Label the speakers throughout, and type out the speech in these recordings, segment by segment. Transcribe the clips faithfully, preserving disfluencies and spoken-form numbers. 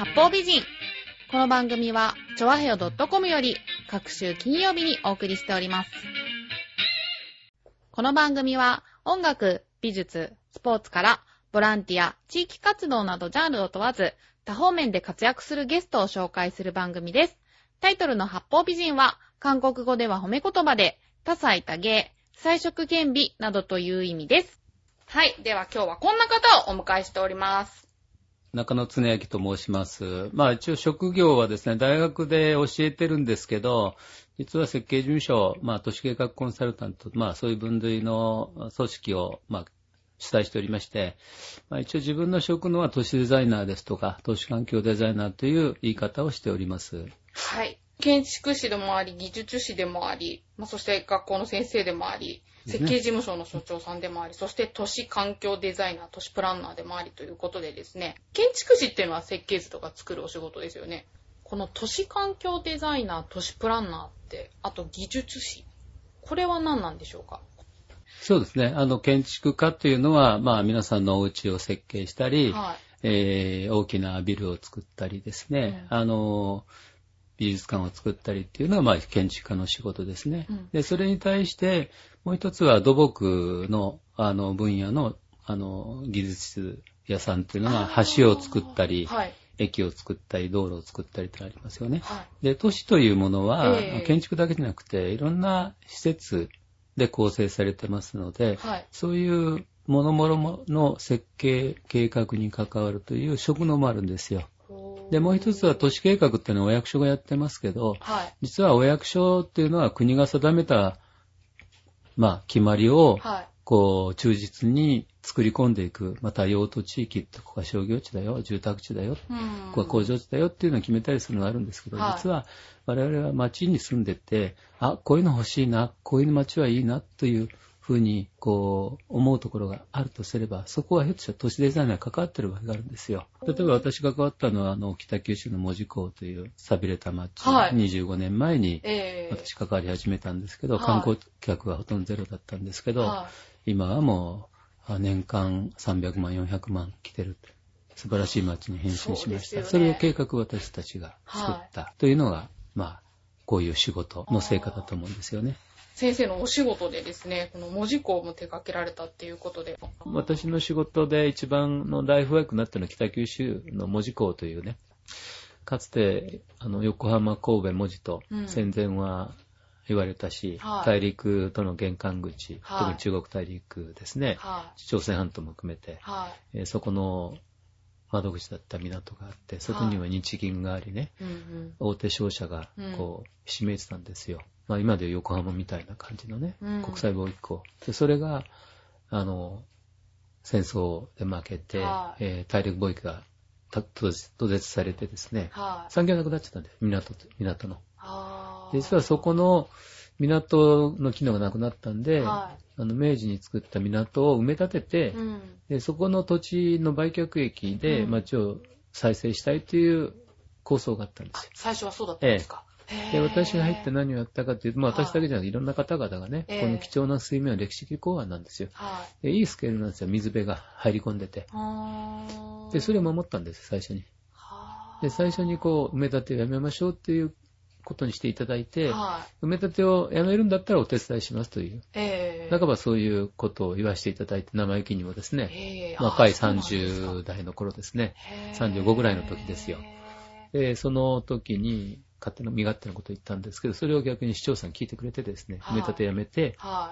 Speaker 1: 八方美人。この番組はチョアヘオ .com より各週金曜日にお送りしております。この番組は音楽、美術、スポーツからボランティア、地域活動などジャンルを問わず多方面で活躍するゲストを紹介する番組です。タイトルの八方美人は韓国語では褒め言葉で多彩多芸、彩色兼備などという意味です。はい。では今日はこんな方をお迎えしております。
Speaker 2: 中野恒明と申します。まあ一応職業はですね、大学で教えてるんですけど、実は設計事務所、まあ都市計画コンサルタント、まあそういう分類の組織を、まあ主催しておりまして、まあ一応自分の職能は都市デザイナーですとか、都市環境デザイナーという言い方をしております。
Speaker 1: はい。建築士でもあり、技術士でもあり、まあ、そして学校の先生でもあり、設計事務所の所長さんでもあり、そして都市環境デザイナー、都市プランナーでもありということでですね、建築士っていうのは設計図とか作るお仕事ですよね。この都市環境デザイナー、都市プランナーって、あと技術士、これは何なんでしょうか？
Speaker 2: そうですね。あの、建築家というのは、まあ皆さんのお家を設計したり、はい、えー、大きなビルを作ったりですね、うん、あの、美術館を作ったりっていうのは、まあ、建築家の仕事ですね。うん、で、それに対して、もう一つは土木の、あの、分野の、あの、技術屋さんっていうのが、橋を作ったり、はい、駅を作ったり、道路を作ったりってありますよね。はい、で、都市というものは、えー、建築だけじゃなくて、いろんな施設で構成されてますので、はい、そういうものものの設計、計画に関わるという職能もあるんですよ。で、もう一つは都市計画っていうのはお役所がやってますけど、はい、実はお役所っていうのは国が定めた、まあ、決まりを、こう、忠実に作り込んでいく。また、用途地域って、ここは商業地だよ、住宅地だよ、ここは工場地だよっていうのを決めたりするのがあるんですけど、はい、実は我々は街に住んでて、あ、こういうの欲しいな、こういう街はいいなというふうに、こう、思うところがあるとすれば、そこはひょっとしたら都市デザイナーが関わってる場合があるんですよ。例えば私が関わったのは、あの、北九州の門司港という寂れた街、はい、にじゅうごねんまえに私関わり始めたんですけど、はい、観光客はほとんどゼロだったんですけど、はい、今はもう年間さんびゃくまん、よんひゃくまん来てる。素晴らしい街に変身しました。 そ, それを計画を私たちが作ったというのが、はい、まあ、こういう仕事の成果だと思うんですよね。
Speaker 1: 先生のお仕事でですね、この門司港も手掛けられたっていうことで。
Speaker 2: 私の仕事で一番のライフワークになったのは北九州の門司港というね、かつてあの横浜、神戸、門司と戦前は言われたし、うん、大陸との玄関口、はい、特に中国大陸ですね、はい、朝鮮半島も含めて、はいえー、そこの窓口だった港があって、そこには日銀がありね、はいうんうん、大手商社がこうひしめいてたんですよ。まあ今でいう横浜みたいな感じのね、うん、国際貿易港。で、それが、あの、戦争で負けて、はいえー、大陸貿易が途絶されてですね、はい、産業なくなっちゃったんです、港、港の。実はそこの港の機能がなくなったんで、はい、あの明治に作った港を埋め立てて、うん、でそこの土地の売却益で町を再生したいという構想があったんですよ。
Speaker 1: 最初はそうだったんですか。
Speaker 2: ええ、で私が入って何をやったかというと、まあ、私だけじゃなくていろんな方々がね、この貴重な水面は歴史的港湾なんですよ。でいいスケールなんですよ、水辺が入り込んでて。でそれを守ったんです最初に。で最初にこう埋め立てをやめましょうっていうことにしていただいて、はい、埋め立てをやめるんだったらお手伝いしますという、えー、半ばそういうことを言わせていただいて、生意気にもですね、えー、若いさんじゅう代の頃ですね、さんじゅうごぐらいの時ですよ。でその時に勝手な身勝手なことを言ったんですけど、それを逆に市長さん聞いてくれてですね、埋め立てやめて、はい、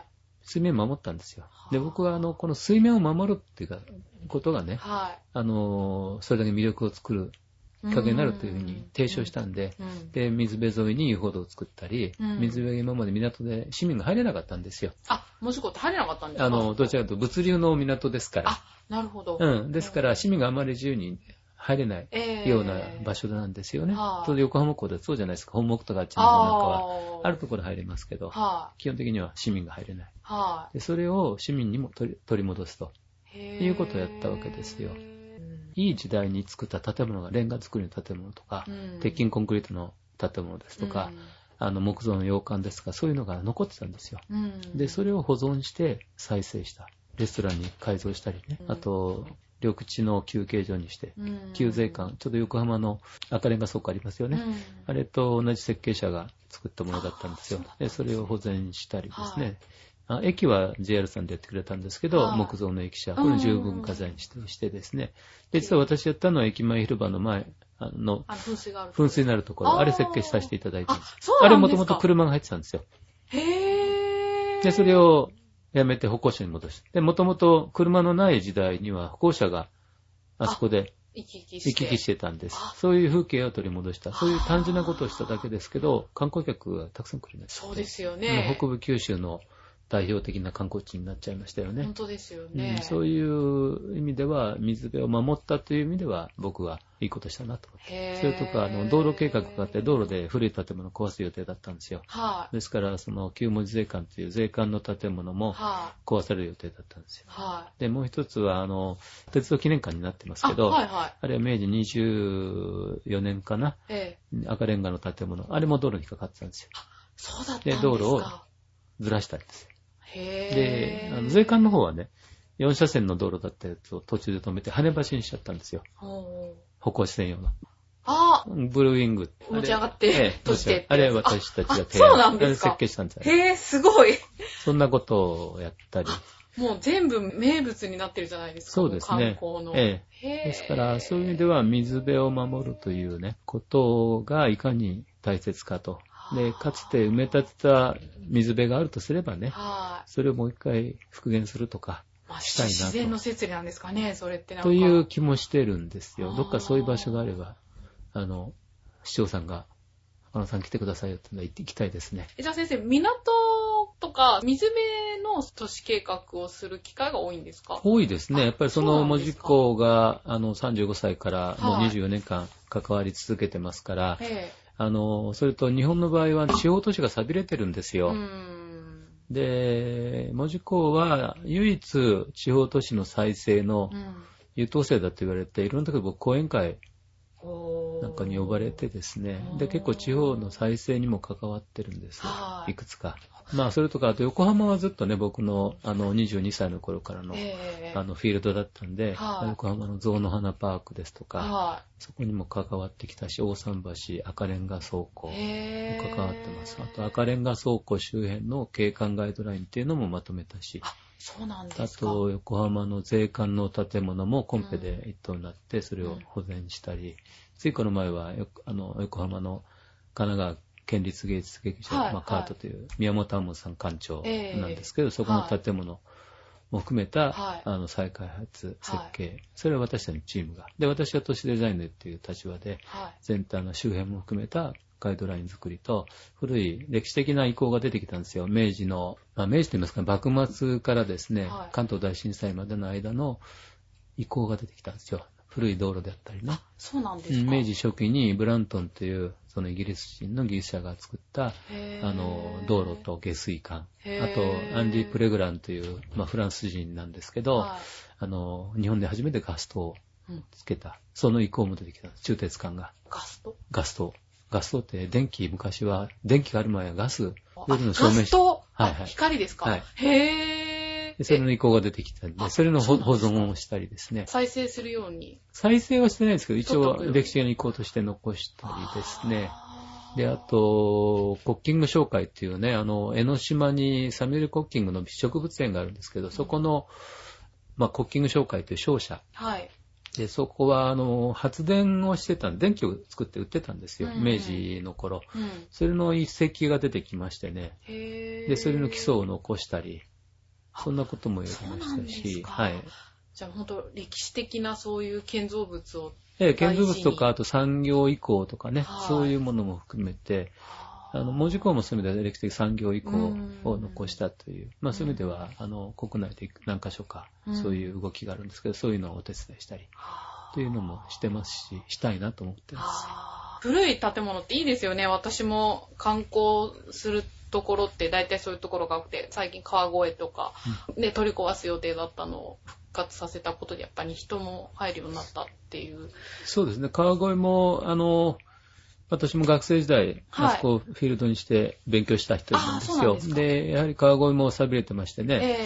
Speaker 2: 水面を守ったんですよ。で僕はあのこの水面を守るっていうかことがね、はい、あのそれだけ魅力を作るきっかけになるというふうに提唱したんで、うん、で水辺沿いに遊歩道を作ったり、うん、水辺今まで港で市民が入れなかったんですよ。
Speaker 1: あ、門司港って入れなかったんですか？
Speaker 2: あのどちらかというと物流の港ですから。
Speaker 1: あ、なるほど。
Speaker 2: うん、ですから市民があまり自由に入れないような場所なんですよね。えー、と横浜港でそうじゃないですか。本木とかあっちの方なんかはあるところ入れますけど、基本的には市民が入れない。でそれを市民にも取り、取り戻すということをやったわけですよ。いい時代に作った建物がレンガ造りの建物とか、うん、鉄筋コンクリートの建物ですとか、うん、あの木造の洋館ですとか、そういうのが残ってたんですよ。うん、でそれを保存して再生したレストランに改造したりね、うん、あと緑地の休憩所にして、旧税関、ちょっと横浜の赤レンガ倉庫ありますよね。あれと同じ設計者が作ったものだったんですよ。で、それを保全したりですね。あ、駅は ジェイアール さんでやってくれたんですけど、木造の駅舎、これ十分火災にしてしてですね。で、実は私やったのは駅前広場の前、あの、噴水がある。噴水になるところ、あれ設計させていただいたんです。あ、そうなんですか。あれもともと車が入ってたんですよ。へー。で、それをやめて歩行者に戻して。で、もともと車のない時代には歩行者があそこで行き来して、行き来してたんです。そういう風景を取り戻した。そういう単純なことをしただけですけど、観光客がたくさん来るんです。
Speaker 1: そうですよね。
Speaker 2: 北部九州の代表的な観光地になっちゃいましたよね。
Speaker 1: 本当ですよね。
Speaker 2: うん、そういう意味では、水辺を守ったという意味では、僕はいいことしたなと思って。それとか、あの、道路計画があって、道路で古い建物を壊す予定だったんですよ。はい。ですから、その、旧文字税関という税関の建物も壊される予定だったんですよ。はい。で、もう一つは、あの、鉄道記念館になってますけど、あ、はいはい。あれは明治にじゅうよねんかな。ええ。赤レンガの建物。あれも道路にかかってたんですよ。
Speaker 1: そうだったんですか。
Speaker 2: で、道路をずらしたんです。で、あの税関の方はね、よん車線の道路だったやつを途中で止めて跳ね橋にしちゃったんですよ。歩行者専用の。ああ。ブルーウィング。
Speaker 1: 持ち上がって、ええ、閉じて。
Speaker 2: あれは私たちが
Speaker 1: 提案。そうなんですか。
Speaker 2: 設計したんですよ。
Speaker 1: へえ、すごい。
Speaker 2: そんなことをやったり。
Speaker 1: もう全部名物になってるじゃないですか。
Speaker 2: そうですね。
Speaker 1: 観光の。
Speaker 2: ええ。ですから、そういう意味では水辺を守るというね、ことがいかに大切かと。で、かつて埋め立てた水辺があるとすればね、はい、それをもう一回復元するとかしたいなと。
Speaker 1: 自然の摂理なんですかね、それってなんか。
Speaker 2: という気もしてるんですよ。どっかそういう場所があれば、あの、市長さんが、中野さん来てくださいよってのは行ってきたいですね。
Speaker 1: じゃあ先生、港とか水辺の都市計画をする機会が多いんですか？
Speaker 2: 多いですね。やっぱりその門司港があのさんじゅうごさいからもうにじゅうよねんかん関わり続けてますから、はい、あの、それと日本の場合は地方都市が寂れてるんですよ。うんで、門司港は唯一地方都市の再生の優等生だと言われて、いろんなところで僕講演会なんかに呼ばれてですね、で、結構地方の再生にも関わってるんですよ。いくつか。まあ、それとか、あと横浜はずっとね、僕のあのにじゅうにさいの頃からの、えー、あのフィールドだったんで、はあ、横浜の象の花パークですとか、はあ、そこにも関わってきたし、大桟橋、赤レンガ倉庫も関わってます。あと赤レンガ倉庫周辺の景観ガイドラインっていうのもまとめたし、
Speaker 1: あ、そうなんですか。
Speaker 2: あと横浜の税関の建物もコンペで一等になって、それを保全したり、うん、ついこの前はあの横浜の神奈川県立芸術劇場、はいまあ、カートという宮本亞門さん館長なんですけど、えー、そこの建物も含めた、はい、あの再開発設計、はい、それは私たちのチームがで私は都市デザイナーっていう立場で、はい、全体の周辺も含めたガイドライン作りと古い歴史的な遺構が出てきたんですよ。明治の、まあ、明治と言いますか幕末からですね、はい、関東大震災までの間の遺構が出てきたんですよ。古い道路であったりね。あ、
Speaker 1: そうなんですか。
Speaker 2: 明治初期にブラントンというそのイギリス人の技術者が作ったあの道路と下水管、あとアンディ・プレグランという、まあ、フランス人なんですけど、はい、あの日本で初めてガス灯をつけた、うん、その遺構も出てきたんです。鋳鉄管が。
Speaker 1: ガス灯？
Speaker 2: ガス灯。ガス灯って電気、昔は電気がある前はガス。
Speaker 1: ガス灯、はいはい、光ですか？はい、へー。
Speaker 2: でそれの遺構が出てきたんで、それの保存をしたりですね。
Speaker 1: 再生するように。
Speaker 2: 再生はしてないですけど、一応歴史的な遺構として残したりですね。で、あと、コッキング商会っていうね、あの、江ノ島にサミュエル・コッキングの植物園があるんですけど、そこの、まあ、コッキング商会という商社。はい。で、そこは、あの、発電をしてたんで、電気を作って売ってたんですよ。うん、明治の頃、うん。それの遺跡が出てきましてね。へー。で、それの基礎を残したり、そんなこともやりましたし、はい。
Speaker 1: じゃあ本当歴史的なそういう建造物を
Speaker 2: ええ、建造物とかあと産業遺構とかね、そういうものも含めて、あの門司港もそういう意味では歴史的産業遺構を残したという、まあそういう意味ではあの国内で何か所かそういう動きがあるんですけど、そういうのをお手伝いしたりというのもしてますし、したいなと思ってます。
Speaker 1: 古い建物っていいですよね。私も観光するところって大体そういうところが多くて、最近川越とかで取り壊す予定だったのを復活させたことでやっぱり人も入るようになったっていう。
Speaker 2: そうですね。川越もあの私も学生時代、はい、あそこをフィールドにして勉強した人なんですよ。で, でやはり川越も寂れてましてね。えー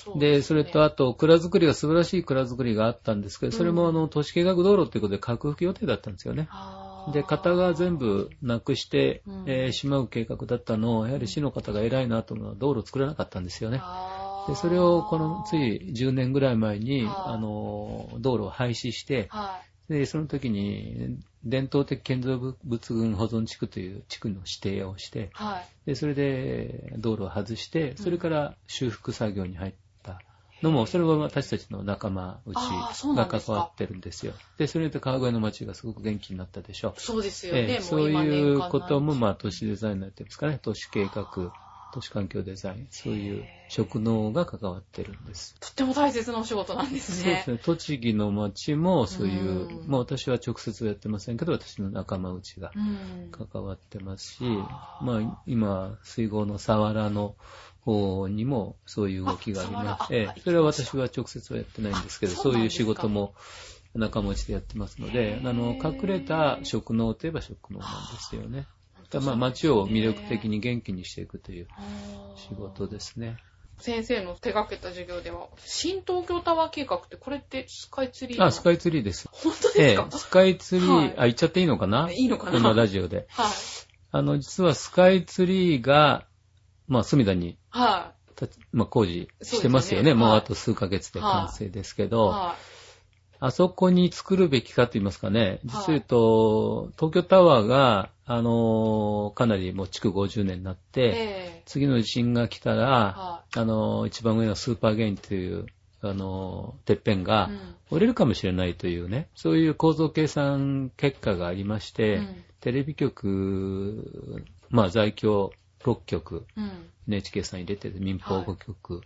Speaker 1: そう
Speaker 2: で、
Speaker 1: ですね。
Speaker 2: それとあと、蔵造りが素晴らしい蔵造りがあったんですけど、それもあの、都市計画道路ということで拡幅予定だったんですよね。で、片側全部なくして、うんえー、しまう計画だったのを、やはり市の方が偉いなと思うのは道路を作らなかったんですよね。で、それをこのついじゅうねんぐらい前に、あの、道路を廃止して、で、その時に、伝統的建造物群保存地区という地区の指定をして、はい、で、それで道路を外して、それから修復作業に入ったのも、うん、それは私たちの仲間うちが関わってるんですよ。で、それで川越の街がすごく元気になったでしょう。
Speaker 1: そうですよね。
Speaker 2: えー、そういうことも、まあ、都市デザイナーっていうんですかね、都市計画、都市環境デザイン、そういう職能が関わってるんです。
Speaker 1: とっても大切なお仕事なんですね。
Speaker 2: そうですね。栃木の町もそういう、うん、まあ私は直接はやってませんけど、私の仲間内が関わってますし、うん、まあ今、水郷の佐原の方にもそういう動きがあります。ええ、それは私は直接はやってないんですけど、そういう仕事も仲間内でやってますので、あの、隠れた職能といえば職能なんですよね。まあ、街を魅力的に元気にしていくという仕事ですね。
Speaker 1: 先生の手掛けた授業では、新東京タワー計画ってこれってスカイツリー？
Speaker 2: あ、スカイツリーです。
Speaker 1: 本当ですか？
Speaker 2: ええ、スカイツリー、はい、あ、言っちゃっていいのかな？
Speaker 1: いいのかな？
Speaker 2: このラジオで。
Speaker 1: はい。
Speaker 2: あの、実はスカイツリーが、まあ、隅田に、
Speaker 1: はい。
Speaker 2: まあ、工事してますよね。もうあと数ヶ月で完成ですけど、はいはい、あそこに作るべきかと言いますかね。実を言うと、はい、東京タワーが、あのー、かなりもう築ごじゅうねんになって、えー、次の地震が来たら、はい、あのー、一番上のスーパーゲインという、あのー、てっぺんが折れるかもしれないというね、そういう構造計算結果がありまして、うん、テレビ局、まあ在京ろっきょく、うん、エヌエイチケー さん入れて民放ごきょく、はい、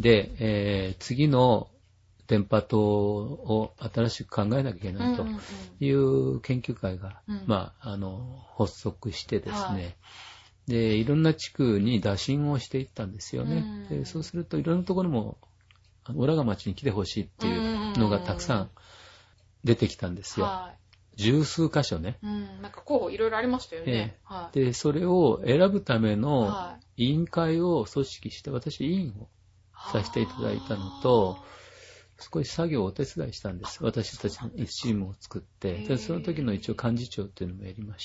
Speaker 2: で、えー、次の電波塔を新しく考えなきゃいけないという研究会が、うんうんうん、まあ、あの、発足してですね、はい、で、いろんな地区に打診をしていったんですよね。うん、でそうすると、いろんなところも、浦賀町に来てほしいっていうのがたくさん出てきたんですよ。はい、十数箇所ね。
Speaker 1: うん、なんか候補いろいろありましたよね。
Speaker 2: えーはい、で、それを選ぶための委員会を組織して、私委員をさせていただいたのと、少し作業をお手伝いしたんです。私たちのチームを作って、でその時の一応幹事長っていうのもやりまして、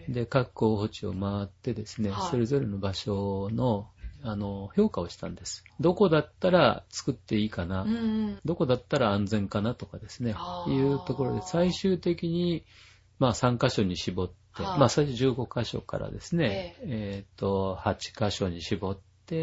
Speaker 2: で、各候補地を回ってですね、はい、それぞれの場所の、あの、評価をしたんです。どこだったら作っていいかな、うん、どこだったら安全かなとかですね、いうところで最終的に、まあさんカ所に絞って、まあ最初じゅうごカ所からですね、えっと、はちカ所に絞って、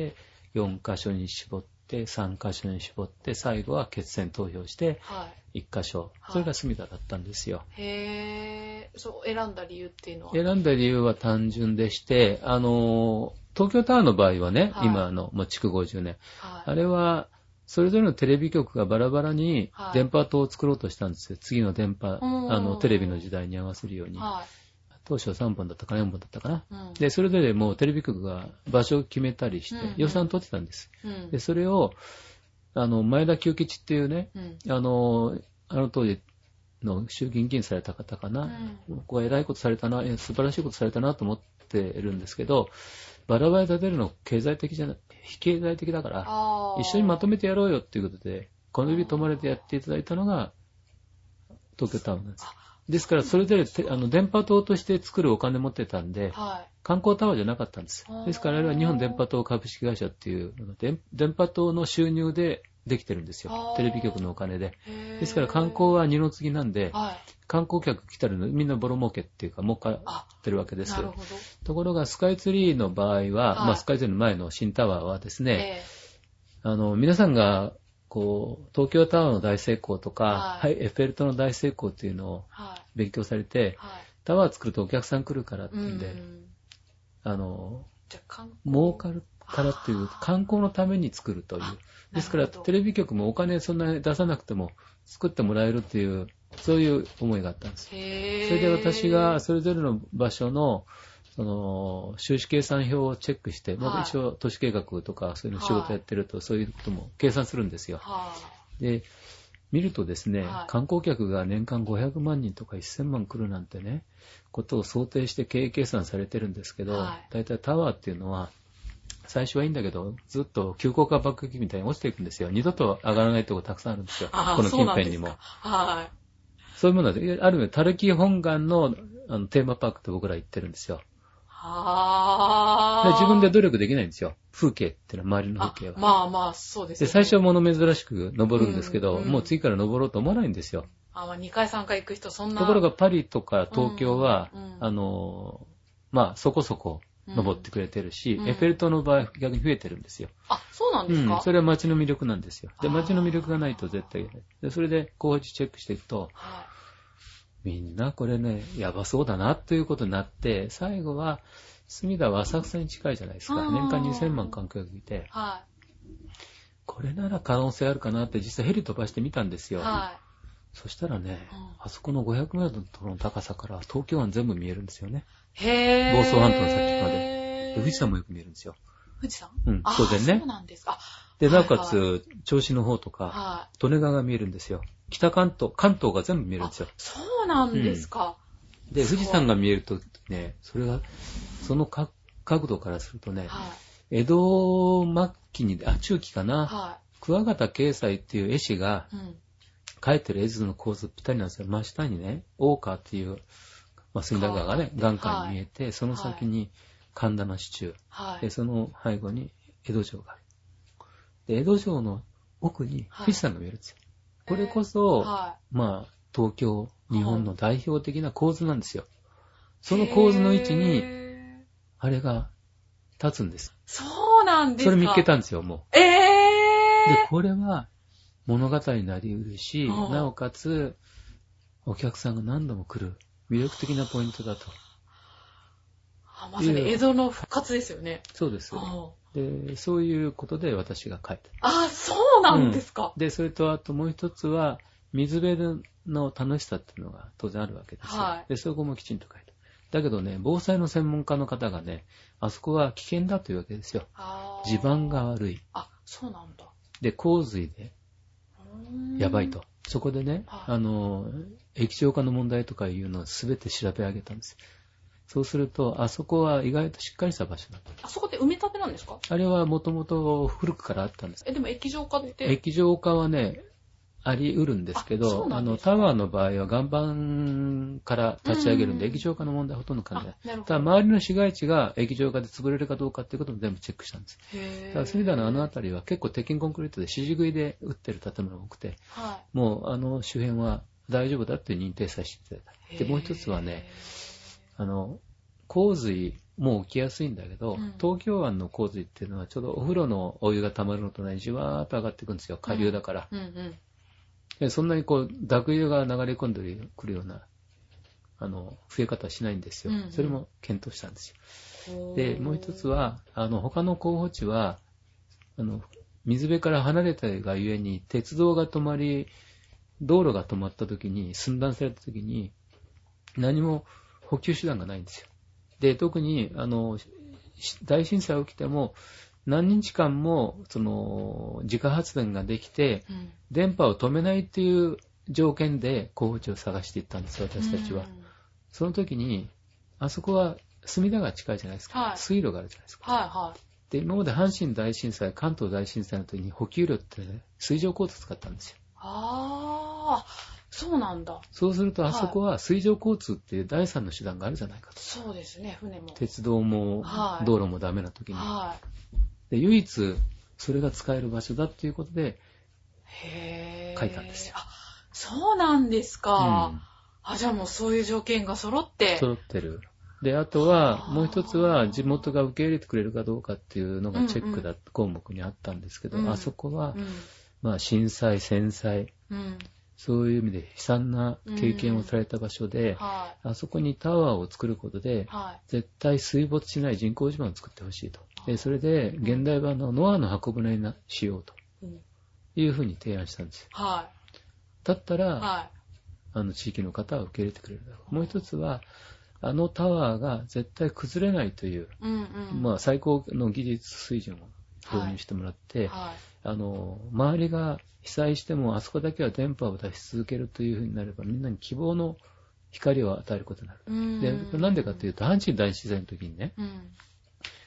Speaker 2: よんカ所に絞って、さんカ所に絞って最後は決選投票していっカ所、はい、それが隅田だったんですよ。
Speaker 1: へー、そう選んだ理由っていうのは？
Speaker 2: 選んだ理由は単純でして、あの東京タワーの場合はね、はい、今のもう築ごじゅうねん、はい、あれはそれぞれのテレビ局がバラバラに電波塔を作ろうとしたんですよ。次の電波、あのテレビの時代に合わせるように。はい、当初はさんぼんだったかな、よんぼんだったかな、うん。で、それぞれもうテレビ局が場所を決めたりして、うんうん、予算を取ってたんです。うん、で、それを、あの、前田久吉っていうね、うん、あの、あの当時の衆議院議員された方かな、うん、ここは偉いことされたな、素晴らしいことされたなと思ってるんですけど、バラバラ立てるの経済的じゃない、非経済的だから、一緒にまとめてやろうよっていうことで、この指止まれてやっていただいたのが、東京タワーなんです。ですから、それぞれあの電波塔として作るお金持ってたんで、はい、観光タワーじゃなかったんです。ですから、あれは日本電波塔株式会社っていう電波塔の収入でできてるんですよ。テレビ局のお金で。ですから、観光は二の次なんで、はい、観光客来たらみんなボロ儲けっていうか、儲かってるわけですよ。ところが、スカイツリーの場合は、はい、まあ、スカイツリーの前の新タワーはですね、あの、皆さんがこう、東京タワーの大成功とか、はい、エッフェル塔の大成功っていうのを勉強されて、はい、タワー作るとお客さん来るからっていうんで、うん、あの、儲かるからっていう、観光のために作るという。ですから、テレビ局もお金そんなに出さなくても作ってもらえるっていう、そういう思いがあったんです。それで私がそれぞれの場所の、その、収支計算表をチェックして、まあ、一応都市計画とかそういうの仕事やってると、そういうことも計算するんですよ。で、見るとですね、観光客が年間ごひゃくまんにんとかせんまん来るなんてね、ことを想定して経営計算されてるんですけど、だいたいタワーっていうのは、 最初はいいんだけど、ずっと急降下爆撃みたいに落ちていくんですよ。二度と上がらないとこたくさんあるんですよ。この近辺にも。
Speaker 1: はい。
Speaker 2: そういうもので、ある意味、タルキ本願のあのテーマパークって僕ら行ってるんですよ。
Speaker 1: は
Speaker 2: ぁ。自分で努力できないんですよ。風景っていうのは、周りの風景は。
Speaker 1: まあまあ、そうですね。
Speaker 2: で、最初は物珍しく登るんですけど、うんうん、もう次から登ろうと思わないんですよ。
Speaker 1: あ、まあにかいさんかい行く人、そんな。
Speaker 2: ところがパリとか東京は、うんうん、あの、まあそこそこ登ってくれてるし、うん、エッフェル塔の場合逆に増えてるんですよ。
Speaker 1: あ、そうなんですか？
Speaker 2: うん、それは街の魅力なんですよ。で、街の魅力がないと絶対ない。で、それで候補地チェックしていくと、みんなこれね、やばそうだなということになって、最後は、隅田は浅草に近いじゃないですか。年間にせんまん観光客いて、はい、これなら可能性あるかなって実際ヘリ飛ばしてみたんですよ。はい、そしたらね、うん、あそこのごひゃくメートルの高さから東京湾全部見えるんですよね。
Speaker 1: へー。
Speaker 2: 房総半島の先まで。で富士山もよく見えるんですよ。
Speaker 1: 富士山？
Speaker 2: うん、当然ね。
Speaker 1: そうなんですか。
Speaker 2: で、なおかつ、はいはい、銚子の方とか、はい、利根川が見えるんですよ。北関東、関東が全部見えるんですよ。
Speaker 1: そうなんですか。
Speaker 2: うん、で、富士山が見えるとね、それが、その角度からするとね、はい、江戸末期に、あ、中期かな、はい、桑形慶斎っていう絵師が、うん、描いてる絵図の構図ぴったりなんですよ。真下にね、大川っていう、まあ、隅田川がね、眼下に見えて、はい、その先に神田の支柱、はい、で、その背後に江戸城がある。で、江戸城の奥に富士山が見えるんですよ。はい、これこそ、はい、まあ、東京、日本の代表的な構図なんですよ。その構図の位置に、あれが立つんです。
Speaker 1: そうなんですか。
Speaker 2: それ見つけたんですよ、もう。
Speaker 1: えー、
Speaker 2: で、これは物語になり得るし、なおかつ、お客さんが何度も来る魅力的なポイントだと。
Speaker 1: あ、まさに江戸の復活ですよね。
Speaker 2: そうです。で、そういうことで私が書いた。
Speaker 1: あ、そうなんですか。
Speaker 2: うん、で、それとあともう一つは、水辺の楽しさっていうのが当然あるわけですよ。はい、で、そこもきちんと書いた。だけどね、防災の専門家の方がね、あそこは危険だというわけですよ。地盤が悪い。
Speaker 1: あ、そうなんだ。
Speaker 2: で、洪水で、やばいと。そこでね、はい、あの、液状化の問題とかいうのをすべて調べ上げたんですよ。そうすると、あそこは意外としっかりした場所だと。
Speaker 1: あそこって埋め立てなんですか？
Speaker 2: あれはもともと古くからあったんです。
Speaker 1: え、でも液状化って？
Speaker 2: 液状化はね、あり得るんですけど、あ, あの、タワーの場合は岩盤から立ち上げるんで、液状化の問題はほとんど関係ない。ただ、周りの市街地が液状化で潰れるかどうかっていうことも全部チェックしたんです。へー。ただ、隅田のあの辺りは結構鉄筋コンクリートで支持食いで打ってる建物が多くて、はい、もうあの周辺は大丈夫だって認定させていただいた。で、もう一つはね、あの、洪水も起きやすいんだけど、うん、東京湾の洪水っていうのはちょうどお風呂のお湯が溜まるのと同じじわーっと上がっていくんですよ。下流だから。うんうんうんでそんなにこう、濁流が流れ込んでくるような、あの、増え方はしないんですよ。うんうん、それも検討したんですよ。で、もう一つは、あの、他の候補地は、あの、水辺から離れたがゆえに、鉄道が止まり、道路が止まった時に、寸断された時に、何も補給手段がないんですよ。で、特に、あの、大震災が起きても、何日間も、その、自家発電ができて、うん、電波を止めないっていう条件で候補地を探していったんですよ、私たちは。その時に、あそこは隅田川近いじゃないですか。はい、水路があるじゃないですか。はいはい、で、今まで阪神大震災、関東大震災の時に補給路ってね、水上交通使ったんですよ。
Speaker 1: ああ、そうなんだ。
Speaker 2: そうすると、あそこは水上交通っていう第三の手段があるじゃないかと。
Speaker 1: そうですね、船も。
Speaker 2: 鉄道も、はい、道路もダメな時に。はいで唯一それが使える場所だっていうことで書いたんですよ。
Speaker 1: あ、そうなんですか。うん、あ、じゃあもうそういう条件が揃って
Speaker 2: 揃ってる。で、あとはもう一つは地元が受け入れてくれるかどうかっていうのがチェックだ、うんうん、項目にあったんですけど、うん、あそこは、うん、まあ震災、戦災、うん、そういう意味で悲惨な経験をされた場所で、うんはい、あそこにタワーを作ることで、はい、絶対水没しない人工地盤を作ってほしいと。でそれで現代版のノアの箱舟にしようというふうに提案したんですよ。はい、だったら、はい、あの地域の方は受け入れてくれるだろう。もう一つはあのタワーが絶対崩れないという、うんうん、まあ最高の技術水準を導入してもらって、はいはい、あの周りが被災してもあそこだけは電波を出し続けるというふうになればみんなに希望の光を与えることになる。で、なんでかというと阪神大震災の時にね。うん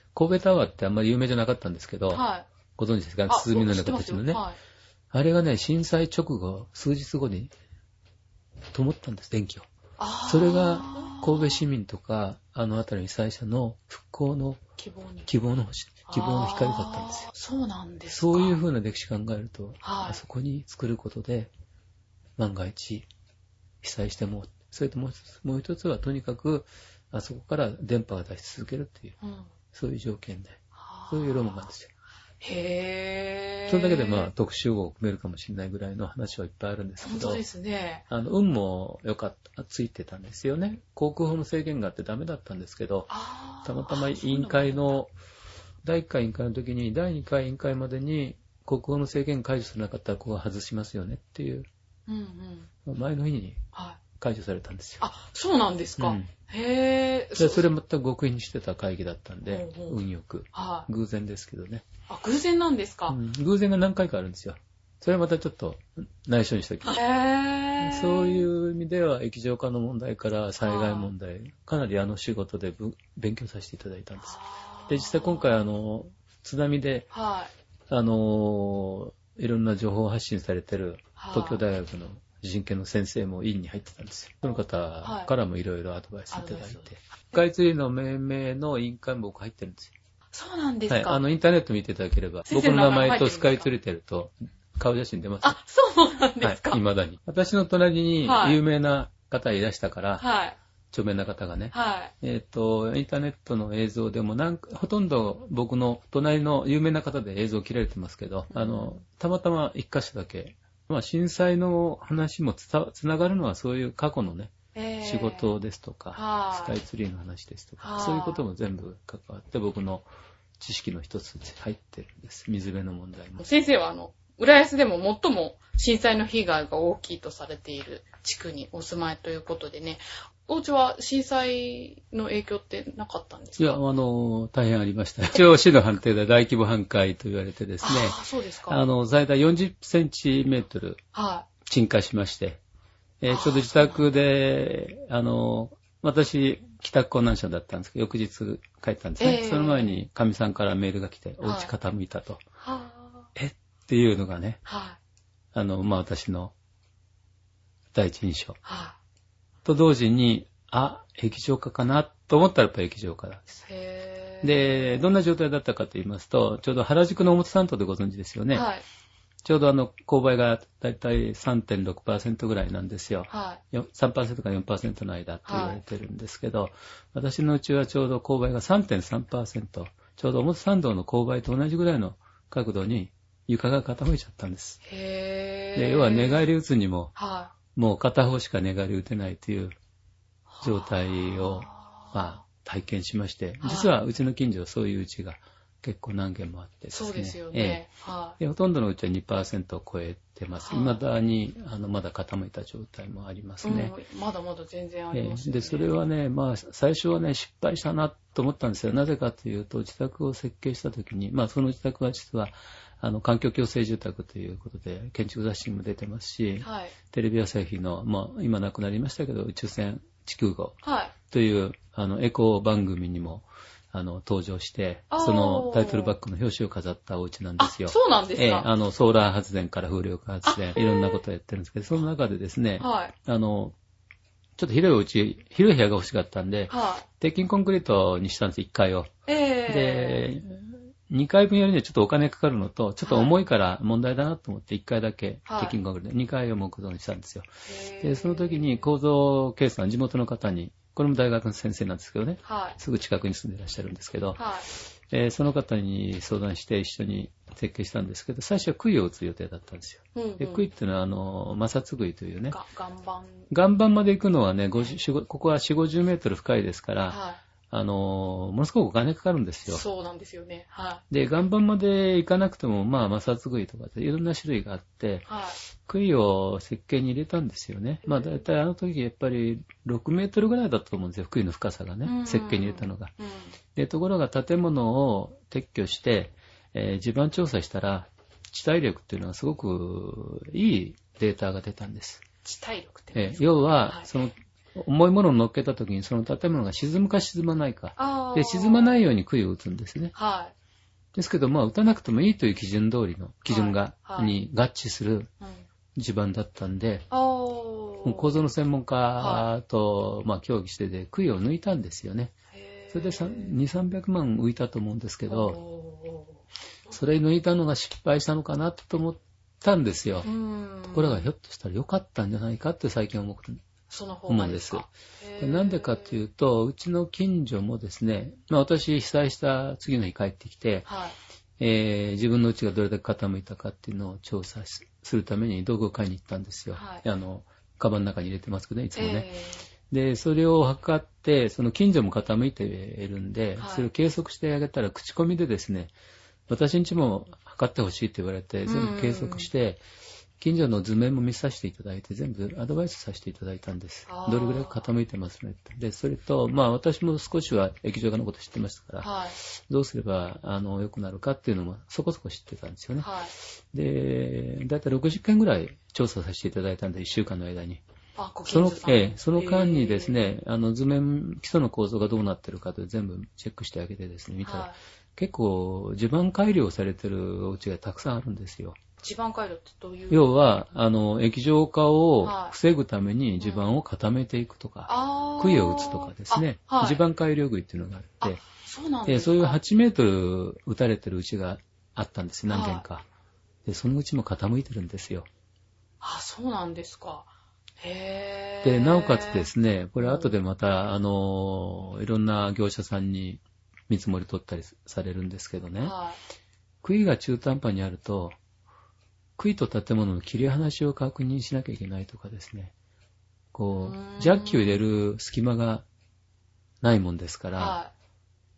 Speaker 2: 神戸タワーってあんまり有名じゃなかったんですけど、
Speaker 1: はい、
Speaker 2: ご存知ですか？鼓のような形のね、はい。あれがね、震災直後、数日後に灯ったんです、電気を。それが神戸市民とか、あの辺りの被災者の復興の希望に希望の星、希望の光だったんですよ。
Speaker 1: そうなんですか。
Speaker 2: そういう風な歴史考えると、
Speaker 1: はい、
Speaker 2: あそこに作ることで、万が一被災しても、それともう一つ、もう一つはとにかく、あそこから電波が出し続けるっていう、うん、そういう条件で、そういうロマンなんですよ。
Speaker 1: へー。
Speaker 2: それだけでまあ特集号を組めるかもしれないぐらいの話はいっぱいあるんですけど。
Speaker 1: 本当ですね。
Speaker 2: あの、運も良かった、ついてたんですよね。航空法の制限があってダメだったんですけど、たまたま委員会の、だいいっかい委員会の時に、だいにかい委員会までに航空法の制限解除されなかったらここは外しますよねっていう、うんうん、前の日に解除されたんですよ。
Speaker 1: あ、そうなんですか。うん、へ
Speaker 2: ー。それ全く極秘にしてた会議だったんで、ほうほう運よく、はい。偶然ですけどね。
Speaker 1: あ、偶然なんですか、
Speaker 2: うん、偶然が何回かあるんですよ。それはまたちょっと内緒にしておきます。
Speaker 1: へー。
Speaker 2: そういう意味では液状化の問題から災害問題、かなりあの仕事で勉強させていただいたんです。で、実際今回あの、津波で、はい、あの、いろんな情報発信されてる東京大学の地震研の先生も委員に入ってたんですよ。その方からもいろいろアドバイスいただいて、はい、スカイツリーの命名の委員会も僕入ってるんですよ。
Speaker 1: そうなんですか。
Speaker 2: はい、あの、インターネット見ていただければ、僕の名前とスカイツリーテルと顔写真出ます。
Speaker 1: あ、そうなんですか。
Speaker 2: はい、未だに。私の隣に有名な方いらしたから、はい、著名な方がね、はい、えっと、インターネットの映像でもなんか、ほとんど僕の隣の有名な方で映像切られてますけど、うん、あの、たまたま一箇所だけ、まあ、震災の話もつたつながるのはそういう過去のね、えー、仕事ですとか、スカイツリーの話ですとか、そういうことも全部関わって僕の知識の一つに入ってるんです。水辺の問題も。
Speaker 1: 先生はあの、浦安でも最も震災の被害が大きいとされている地区にお住まいということでね、お家は震災の影響ってなかったんですか？
Speaker 2: いや、あの、大変ありました。一応市の判定で大規模半壊と言われてですね、
Speaker 1: あ、そうですか。
Speaker 2: あの、最大よんじゅっセンチメートル沈下しまして、はい、えー、ちょうど自宅で、あの、私、帰宅困難者だったんですけど、翌日帰ったんですね。えー、その前に、かみさんからメールが来て、お家傾いたと。はい、えっていうのがね、はい、あの、まあ、私の第一印象。はい、と同時に、あ、液状化かなと思ったらやっぱり液状化なんです。へー。で、どんな状態だったかと言いますと、ちょうど原宿の表参道でご存知ですよね。はい。ちょうどあの、勾配がだいたい さんてんろくパーセント ぐらいなんですよ。はい。さんパーセント から よんパーセント の間って言われてるんですけど、はい、私のうちはちょうど勾配が さんてんさんパーセント、ちょうど表参道の勾配と同じぐらいの角度に床が傾いちゃったんです。へー。で、要は寝返り打つにも、はい、もう片方しか寝返り打てないという状態を、まあ、体験しまして、実はうちの近所はそういううちが結構何軒もあってですね。
Speaker 1: そうですよね。
Speaker 2: ええ、はい、でほとんどのうちは にパーセント を超えてます。未だに、あの、まだ傾いた状態もありますね。
Speaker 1: うん、まだまだ全然ありますね、
Speaker 2: ええ。で、それはね、まあ、最初はね、失敗したなと思ったんですよ。なぜかというと、自宅を設計したときに、まあ、その自宅は実は、あの、環境共生住宅ということで、建築雑誌にも出てますし、はい、テレビ朝日の、まあ、今亡くなりましたけど、宇宙船地球号という、はい、あの、エコ番組にも、あの、登場して、そのタイトルバックの表紙を飾ったお家なんですよ。
Speaker 1: あ、そうなんですか？
Speaker 2: ええ、あの、ソーラー発電から風力発電、いろんなことをやってるんですけど、その中でですね、はい、あの、ちょっと広いお家、広い部屋が欲しかったんで、はい、鉄筋コンクリートにしたんです、いっかいを。えー、で、にかいぶんやるにはちょっとお金かかるのと、ちょっと重いから問題だなと思っていっかいだけ鉄筋コンクリートでにかいを木造にしたんですよ。で、その時に構造計算、地元の方に、これも大学の先生なんですけどね、はい、すぐ近くに住んでいらっしゃるんですけど、はい、えー、その方に相談して一緒に設計したんですけど、最初は杭を打つ予定だったんですよ。うんうん、で杭っていうのは、あの、摩擦杭というね、
Speaker 1: 岩盤。
Speaker 2: 岩盤まで行くのはね、ごじゅう、ここはよんじゅう、ごじゅうメートル深いですから、はい、あの、ものすごくお金かかるんですよ。
Speaker 1: そうなんですよね。はい。
Speaker 2: で、岩盤まで行かなくても、まあ、摩擦杭とかいろんな種類があって、はい、杭を設計に入れたんですよね。まあ、だいたいあの時やっぱりろくメートルぐらいだったと思うんですよ。杭の深さがね、設計に入れたのが。うん、で、ところが建物を撤去して、えー、地盤調査したら、地体力っていうのはすごくいいデータが出たんです。
Speaker 1: 地体力って、
Speaker 2: えー、要は、はい、その、 重いものを乗っけた時にその建物が沈むか沈まないか。で、沈まないように杭を打つんですね。
Speaker 1: はい。
Speaker 2: ですけど、まあ、打たなくてもいいという基準通りの、基準が、
Speaker 1: はいはい、
Speaker 2: に合致する地盤だったんで、
Speaker 1: うん、
Speaker 2: 構造の専門家と、はい、まあ、協議してで、杭を抜いたんですよね。それでにひゃく、さんびゃくまん浮いたと思うんですけど、それ抜いたのが失敗したのかなと思ったんですよ。ところがひょっとしたら良かったんじゃないかって最近思って思うんです。なんでかというと、うちの近所もですね、まあ私被災した次の日帰ってきて、はい、えー、自分の家がどれだけ傾いたかっていうのを調査するために道具を買いに行ったんですよ。はい、あの、カバンの中に入れてますけどね、いつもね。えー、で、それを測って、その近所も傾いているんで、はい、それを計測してあげたら、口コミでですね、私ん家も測ってほしいって言われて、全部計測して、近所の図面も見させていただいて、全部アドバイスさせていただいたんです。どれぐらい傾いてますねって。で、それと、まあ私も少しは液状化のこと知ってましたから、はい、どうすれば、あの、良くなるかっていうのもそこそこ知ってたんですよね。はい、で、だいたいろくじゅっけんぐらい調査させていただいたんで、いっしゅうかんの間に。
Speaker 1: あ、ご
Speaker 2: その、ええ、その間にですね、あの図面、基礎の構造がどうなってるかと全部チェックしてあげてですね、見たら、はい、結構地盤改良されてるお家がたくさんあるんですよ。
Speaker 1: 地盤改良ってどういう？
Speaker 2: 要は、あの、液状化を防ぐために地盤を固めていくとか、はい、杭を打つとかですね、はい、地盤改良杭っていうのがあって、
Speaker 1: そうなんですか？
Speaker 2: そういうはちメートル打たれてる家があったんですよ、何軒か。はい、で、そのうちも傾いてるんですよ。
Speaker 1: あ、そうなんですか。へ
Speaker 2: で、なおかつですね、これ後でまた、あの、いろんな業者さんに見積もり取ったりされるんですけどね、はい、杭が中途半端にあると、杭と建物の切り離しを確認しなきゃいけないとかですね、こう、ジャッキを入れる隙間がないもんですから、はい、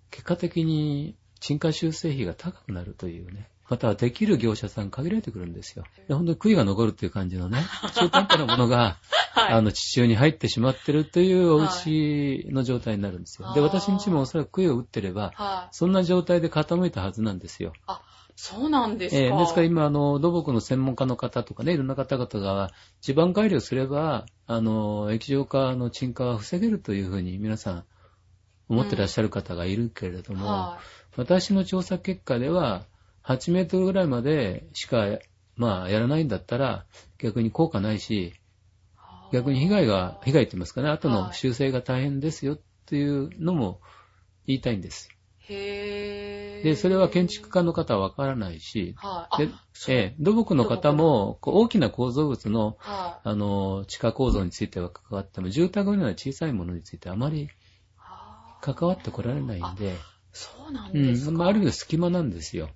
Speaker 2: 結果的に沈下修正費が高くなるというね、またはできる業者さん限られてくるんですよ。で本当に杭が残るっていう感じのね、中途半端なものが、はい、あの地中に入ってしまってるというお家の状態になるんですよ。はい、で、私ん家もおそらく杭を打ってれば、はい、そんな状態で傾いたはずなんですよ。
Speaker 1: あ、そうなんですか。
Speaker 2: えー、ですから今、あの、土木の専門家の方とかね、いろんな方々が地盤改良すれば、あの、液状化の沈下は防げるというふうに皆さん思ってらっしゃる方がいるけれども、うんはい、私の調査結果では、はちメートルぐらいまでしか、まあ、やらないんだったら、逆に効果ないし、逆に被害が、被害って言いますかね、後の修正が大変ですよっていうのも言いたいんです。
Speaker 1: へー。
Speaker 2: で、それは建築家の方はわからないし、はい、でえ土木の方もこう大きな構造物の、はい、あの地下構造については関わっても、住宅のような小さいものについてはあまり関わってこられないんで、
Speaker 1: そうなんですか。
Speaker 2: うん、ある意味隙間なんですよ。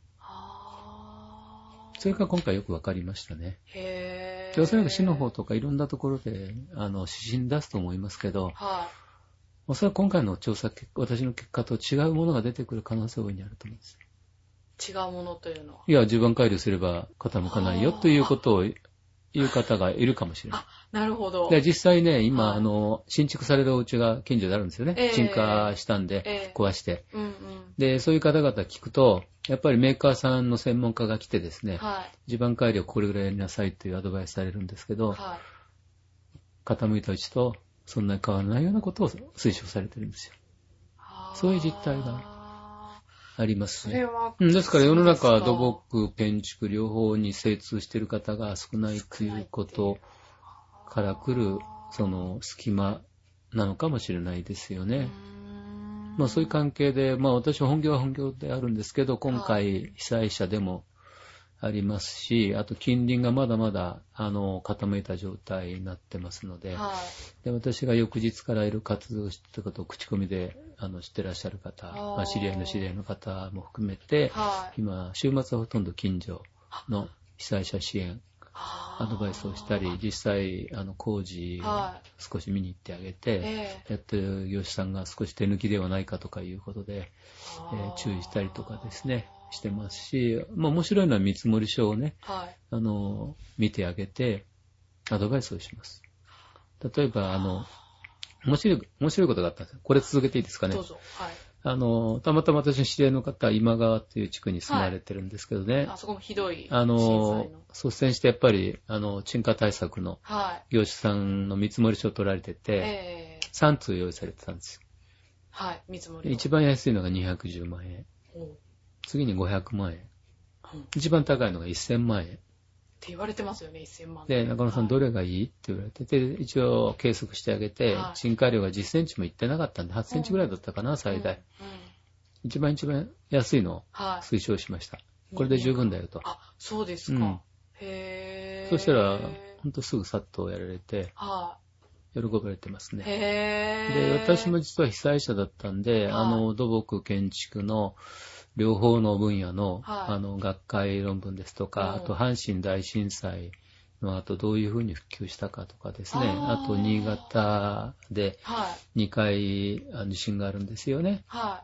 Speaker 2: それが今回よくわかりましたね。
Speaker 1: へ
Speaker 2: ー。おそらく市の方とかいろんなところで、あの、指針出すと思いますけど、はい、おそらく今回の調査結果、私の結果と違うものが出てくる可能性は大いにあると思うんです。
Speaker 1: 違うものというのは？
Speaker 2: いや、地盤改良すれば傾かないよということを言う方がいるかもしれない。
Speaker 1: あ、なるほど。
Speaker 2: で、実際ね、今、はい、あの、新築されるお家が近所であるんですよね。えー、沈下したんで、えー、壊して、うんうん。で、そういう方々聞くと、やっぱりメーカーさんの専門家が来てですね、はい、地盤改良これぐらいやりなさいというアドバイスされるんですけど、はい、傾いたうちとそんなに変わらないようなことを推奨されてるんですよ。そういう実態がありますね。
Speaker 1: それは、
Speaker 2: うん、ですから世の中は土木、建築両方に精通している方が少ないということから来るその隙間なのかもしれないですよね。まあそういう関係で、まあ私は本業は本業であるんですけど、今回被災者でもありますし、あと近隣がまだまだ、あの、傾いた状態になってますので、はい、で私が翌日からいる活動をしてたことを口コミで、あの、知ってらっしゃる方、まあ知り合いの知り合いの方も含めて、はい、今、週末はほとんど近所の被災者支援、アドバイスをしたり、実際、あの、工事を少し見に行ってあげて、はい、やってる業者さんが少し手抜きではないかとかいうことで、えー、注意したりとかですね、してますし、まあ面白いのは見積もり書をね、はい、あの、見てあげて、アドバイスをします。例えば、あの、面白い、面白いことがあったんです。これ続けていいですかね。
Speaker 1: どうぞ。はい。
Speaker 2: あの、たまたま私の知り合いの方、今川っていう地区に住まれてるんですけどね。はい、
Speaker 1: あそこもひどい。
Speaker 2: あの、率先してやっぱり、あの、沈下対策の業者さんの見積もり書を取られてて、えーさん通用意されてたんですよ。
Speaker 1: はい、見積もり。
Speaker 2: 一番安いのがにひゃくじゅうまんえん。次にごひゃくまんえん。うん、一番高いのがせんまんえん。
Speaker 1: って言われてますよね、せんまん。
Speaker 2: で、中野さん、はい、どれがいいって言われてて、一応計測してあげて、はい、沈下量がじゅっセンチもいってなかったんで、はちセンチぐらいだったかな、うん、最大、うんうん。一番一番安いのを推奨しました。はい、これで十分だよと。
Speaker 1: あ、そうですか。うん、へー。
Speaker 2: そしたら、ほんとすぐさっとやられて、はい、喜ばれてますね。
Speaker 1: へー。
Speaker 2: で、私も実は被災者だったんで、はい、あの、土木建築の、両方の分野の、はい、あの、学会論文ですとか、うん、あと、阪神大震災の後、どういうふうに普及したかとかですね、あ, あと、新潟でにかい、はい、地震があるんですよね。はい、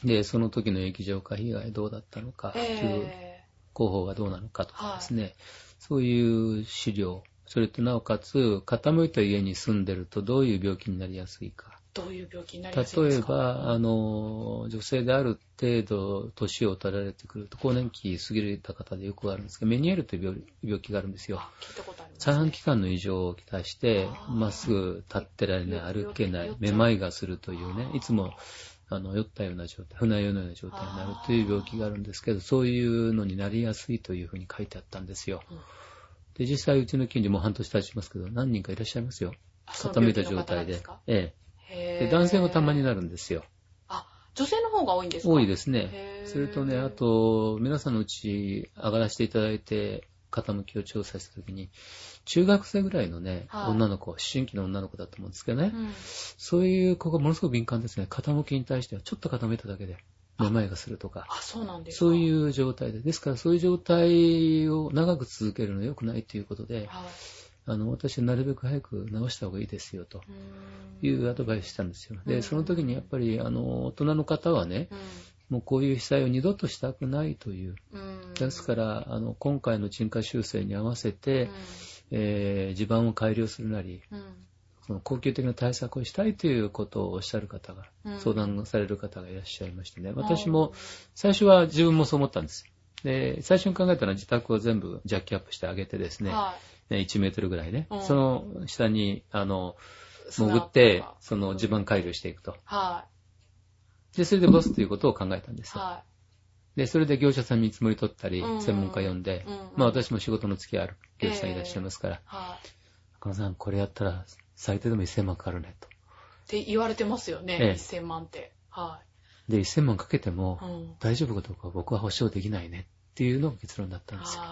Speaker 2: で、その時の液状化被害どうだったのか、普及、広報がどうなのかとかですね、はい、そういう資料、それとなおかつ、傾いた家に住んでるとどういう病気になりやすいか。
Speaker 1: どういう病気になりやすいんですか？
Speaker 2: 例えば、あの、女性である程度、年を取られてくると、更年期過ぎた方でよくあるんですが、メニエールという 病, 病気があるんですよ。
Speaker 1: 聞いたことありますね。
Speaker 2: 三半規管の異常をきたして、まっすぐ立ってられない、歩けない、めまいがするというね、いつも、あの、酔ったような状態、船酔いのような状態になるという病気があるんですけど、そういうのになりやすいというふうに書いてあったんですよ。で、実際うちの近所も半年経ちますけど、何人かいらっしゃいますよ。傾いた状態で。ええ。で、男性もたまになるんですよ。
Speaker 1: あ、女性の方が多いんですか？
Speaker 2: 多いですね。それとね、あと、皆さんのうち上がらせていただいて、傾きを調査したときに、中学生ぐらいのね、はい、女の子、思春期の女の子だと思うんですけどね、うん、そういう子がものすごく敏感ですね。傾きに対しては、ちょっと傾いただけで、めまいがするとか。
Speaker 1: あ、そうなんですか。
Speaker 2: そういう状態で。ですから、そういう状態を長く続けるのは良くないということで、はい、あの、私はなるべく早く治した方がいいですよ、というアドバイスしたんですよ。で、その時にやっぱり、あの、大人の方はね、もうこういう被災を二度としたくないという。ですから、あの、今回の沈下修正に合わせて、えー、地盤を改良するなり、その恒久的な対策をしたいということをおっしゃる方が、相談される方がいらっしゃいましてね。私も、最初は自分もそう思ったんです。で、最初に考えたのは自宅を全部ジャッキアップしてあげてですね、いちメートルぐらいね、うん、その下に、あの、潜って、その地盤改良していくと。はい。で、それでボスということを考えたんですよ。はい。で、それで業者さんに見積もり取ったり、うんうん、専門家呼んで、うんうん、まあ私も仕事の付き合いある業者さんいらっしゃいますから、えー、はい。中野さん、これやったら最低でもせんまんかかるね、と。
Speaker 1: って言われてますよね、えー、せんまんって。はい。
Speaker 2: で、せんまんかけても、うん、大丈夫かどうか僕は保証できないね、っていうのが結論だったんですよ。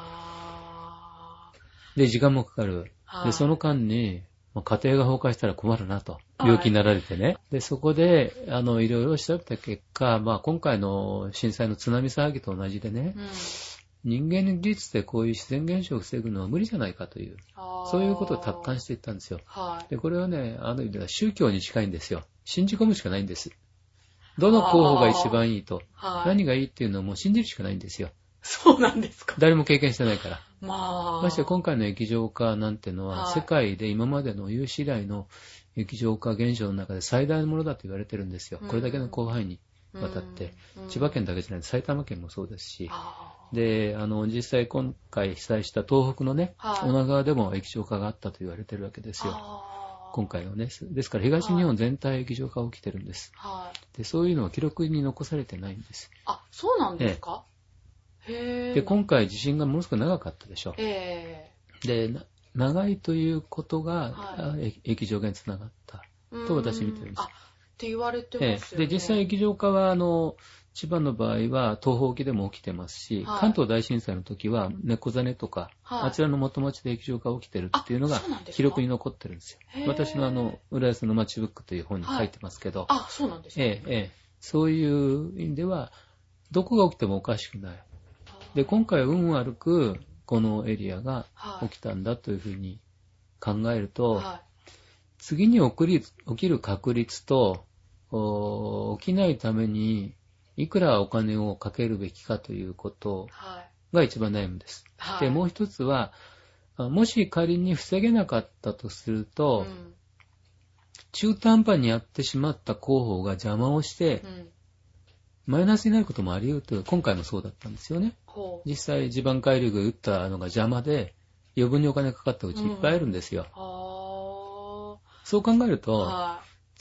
Speaker 2: で、時間もかかる。はい、で、その間に、まあ、家庭が崩壊したら困るなと。病気になられてね。はい、で、そこで、あの、いろいろ調べた結果、まあ、今回の震災の津波騒ぎと同じでね、うん、人間の技術でこういう自然現象を防ぐのは無理じゃないかという、そういうことを達観していったんですよ。はい、で、これはね、あの意味では宗教に近いんですよ。信じ込むしかないんです。どの候補が一番いいと、はい、何がいいっていうのをもう信じるしかないんですよ。
Speaker 1: そうなんですか。
Speaker 2: 誰も経験してないから。
Speaker 1: まあ。
Speaker 2: まして今回の液状化なんてのは、はい、世界で今までの有史以来の液状化現象の中で最大のものだと言われてるんですよ。うん、これだけの広範囲にわたって、うん、千葉県だけじゃない、埼玉県もそうですし。で、あの、実際今回被災した東北のね、はい、女川でも液状化があったと言われてるわけですよ。今回のね。ですから東日本全体液状化が起きてるんです。はい、で、そういうのは記録に残されてないんです。
Speaker 1: あ、そうなんですか？
Speaker 2: へで、今回地震がものすごく長かったでしょ。えー、で、長いということが、はい、液状化につながったと私見てるんです。
Speaker 1: あ、って言われてますよね。
Speaker 2: で、実際液状化は、あの、千葉の場合は東方沖でも起きてますし、はい、関東大震災の時は猫ザネとか、はい、あちらの元町で液状化が起きてるっていうのが記録に残ってるんですよ。私のあの、浦安の町ブックという本に書いてますけど、はい、
Speaker 1: あ、そうなんですね。
Speaker 2: ええ、ええ、そういう意味では、どこが起きてもおかしくない。で、今回運悪くこのエリアが起きたんだというふうに考えると、はい、次に起きる、起きる確率と、起きないためにいくらお金をかけるべきかということが一番悩むんです。はい、で、もう一つは、もし仮に防げなかったとすると、うん、中途半端にやってしまった広報が邪魔をして、うん、マイナスになることもあり得るという、今回もそうだったんですよね。実際地盤改良が打ったのが邪魔で余分にお金かかったうちいっぱいあるんですよ。うん、そう考えると、はい、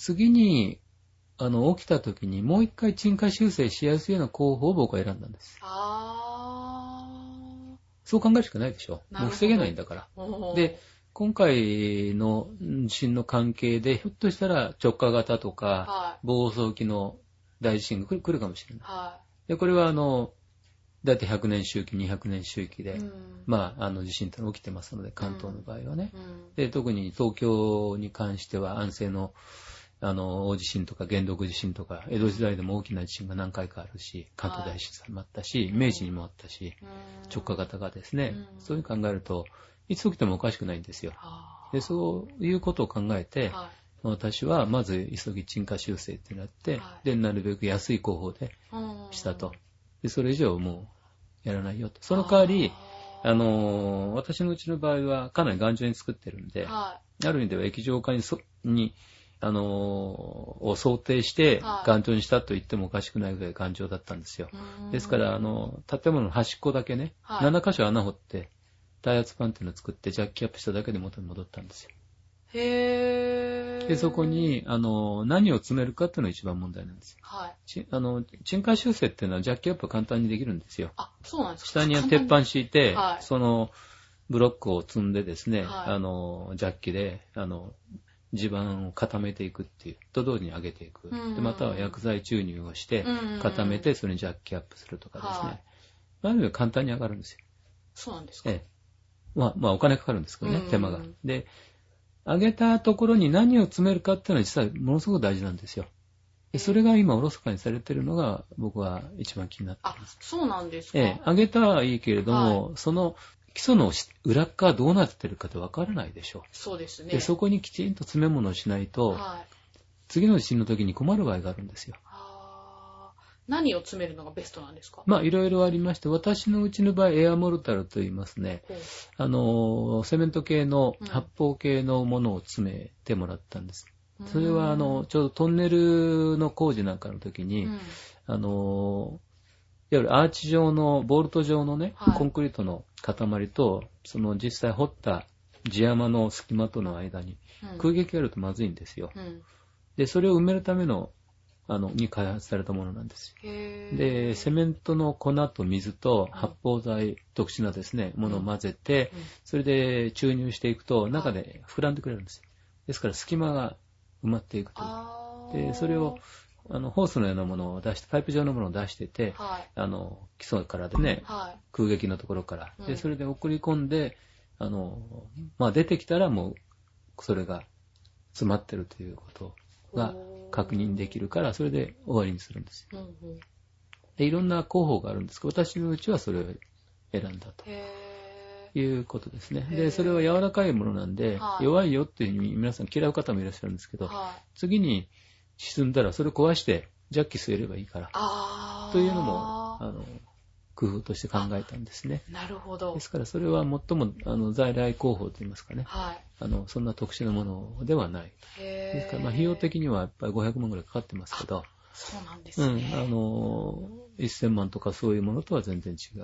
Speaker 2: 次に、あの、起きた時にもう一回沈下修正しやすいような候補を僕は選んだんです。
Speaker 1: あー。
Speaker 2: そう考えるしかないでしょ。もう防げないんだから。で、今回の地震の関係で、ひょっとしたら直下型とか、はい、房総沖の大地震が来るかもしれない。はい、で、これはあの、だいたいひゃくねん周期、にひゃくねん周期で、うん、まあ、あの地震っての起きてますので、関東の場合はね。うん、で、特に東京に関しては安政の、あの、大地震とか元禄地震とか、江戸時代でも大きな地震が何回かあるし、関東大震災もあったし、はい、明治にもあったし、うん、直下型がですね、うん、そういう考えると、いつ起きてもおかしくないんですよ。で、そういうことを考えて、はい、私はまず急ぎ沈下修正ってなって、はい、で、なるべく安い工法でしたと。で、それ以上もうやらないよと。その代わり、あのー、私のうちの場合はかなり頑丈に作ってるんで、はい、ある意味では液状化に、そにあのー、を想定して頑丈にしたと言ってもおかしくないぐらい頑丈だったんですよ。ですから、あの、建物の端っこだけね、はい、ななかしょ穴掘って、耐圧板っていうのを作ってジャッキアップしただけで元に戻ったんですよ。
Speaker 1: へー。
Speaker 2: で、そこに、あの、何を詰めるかっていうのが一番問題なんですよ。はい。ちあの、沈下修正っていうのはジャッキアップは簡単にできるんですよ。
Speaker 3: あ、そうなんです
Speaker 2: か。下に鉄板敷いて、はい、その、ブロックを積んでですね、はい、あの、ジャッキで、あの、地盤を固めていくっていう、と同時に上げていく。で、または薬剤注入をして、固めて、それにジャッキアップするとかですね。はい、なので簡単に上がるんですよ。
Speaker 1: そうなんですか。ええ。
Speaker 2: まあ、まあ、お金かかるんですけどね、手間が。で、上げたところに何を詰めるかっていうのは実はものすごく大事なんですよ。でそれが今おろそかにされているのが僕は一番気になっています。
Speaker 1: あ、そうなんですか。
Speaker 2: ええ、上げたはいいけれども、はい、その基礎の裏側どうなってるかってわからないでしょ。
Speaker 1: そうですね。
Speaker 2: で、そこにきちんと詰め物をしないと、はい、次の地震の時に困る場合があるんですよ。
Speaker 1: 何を詰めるのがベストなんですか？
Speaker 2: まあ、いろいろありまして、私のうちの場合、エアモルタルと言いますね。あの、セメント系の、発泡系のものを詰めてもらったんです。うん、それは、あの、ちょうどトンネルの工事なんかの時に、うん、あの、いわゆるアーチ状の、ボルト状のね、はい、コンクリートの塊と、その実際掘った地山の隙間との間に、空撃があるとまずいんですよ。うん、で、それを埋めるための、あの、に開発されたものなんですよ。で、セメントの粉と水と発泡剤、特殊なですね、ものを混ぜて、それで注入していくと、中で膨らんでくれるんですよ。ですから隙間が埋まっていくという。で、それを、あの、ホースのようなものを出して、パイプ状のものを出してて、はい、あの、基礎からですね、はい、空撃のところから。で、それで送り込んで、あの、まあ、出てきたらもう、それが詰まってるということが確認できるから、それで終わりにするんですよ。うんうん、で、いろんな候補があるんですけど、私のうちはそれを選んだということですね。で、それは柔らかいものなんで、はい、弱いよっていうふうに皆さん嫌う方もいらっしゃるんですけど、はい、次に沈んだらそれを壊してジャッキ据えればいいから、というのも、あの、工夫として考えたんですね。
Speaker 1: なるほど。
Speaker 2: ですからそれは最もあの在来工法といいますかね、はい、あのそんな特殊なものではない。へですからまあ費用的にはやっぱりごひゃくまんぐらいかかってますけど、
Speaker 1: そうなんですね。
Speaker 2: うん、あのせんまんとかそういうものとは全然違う。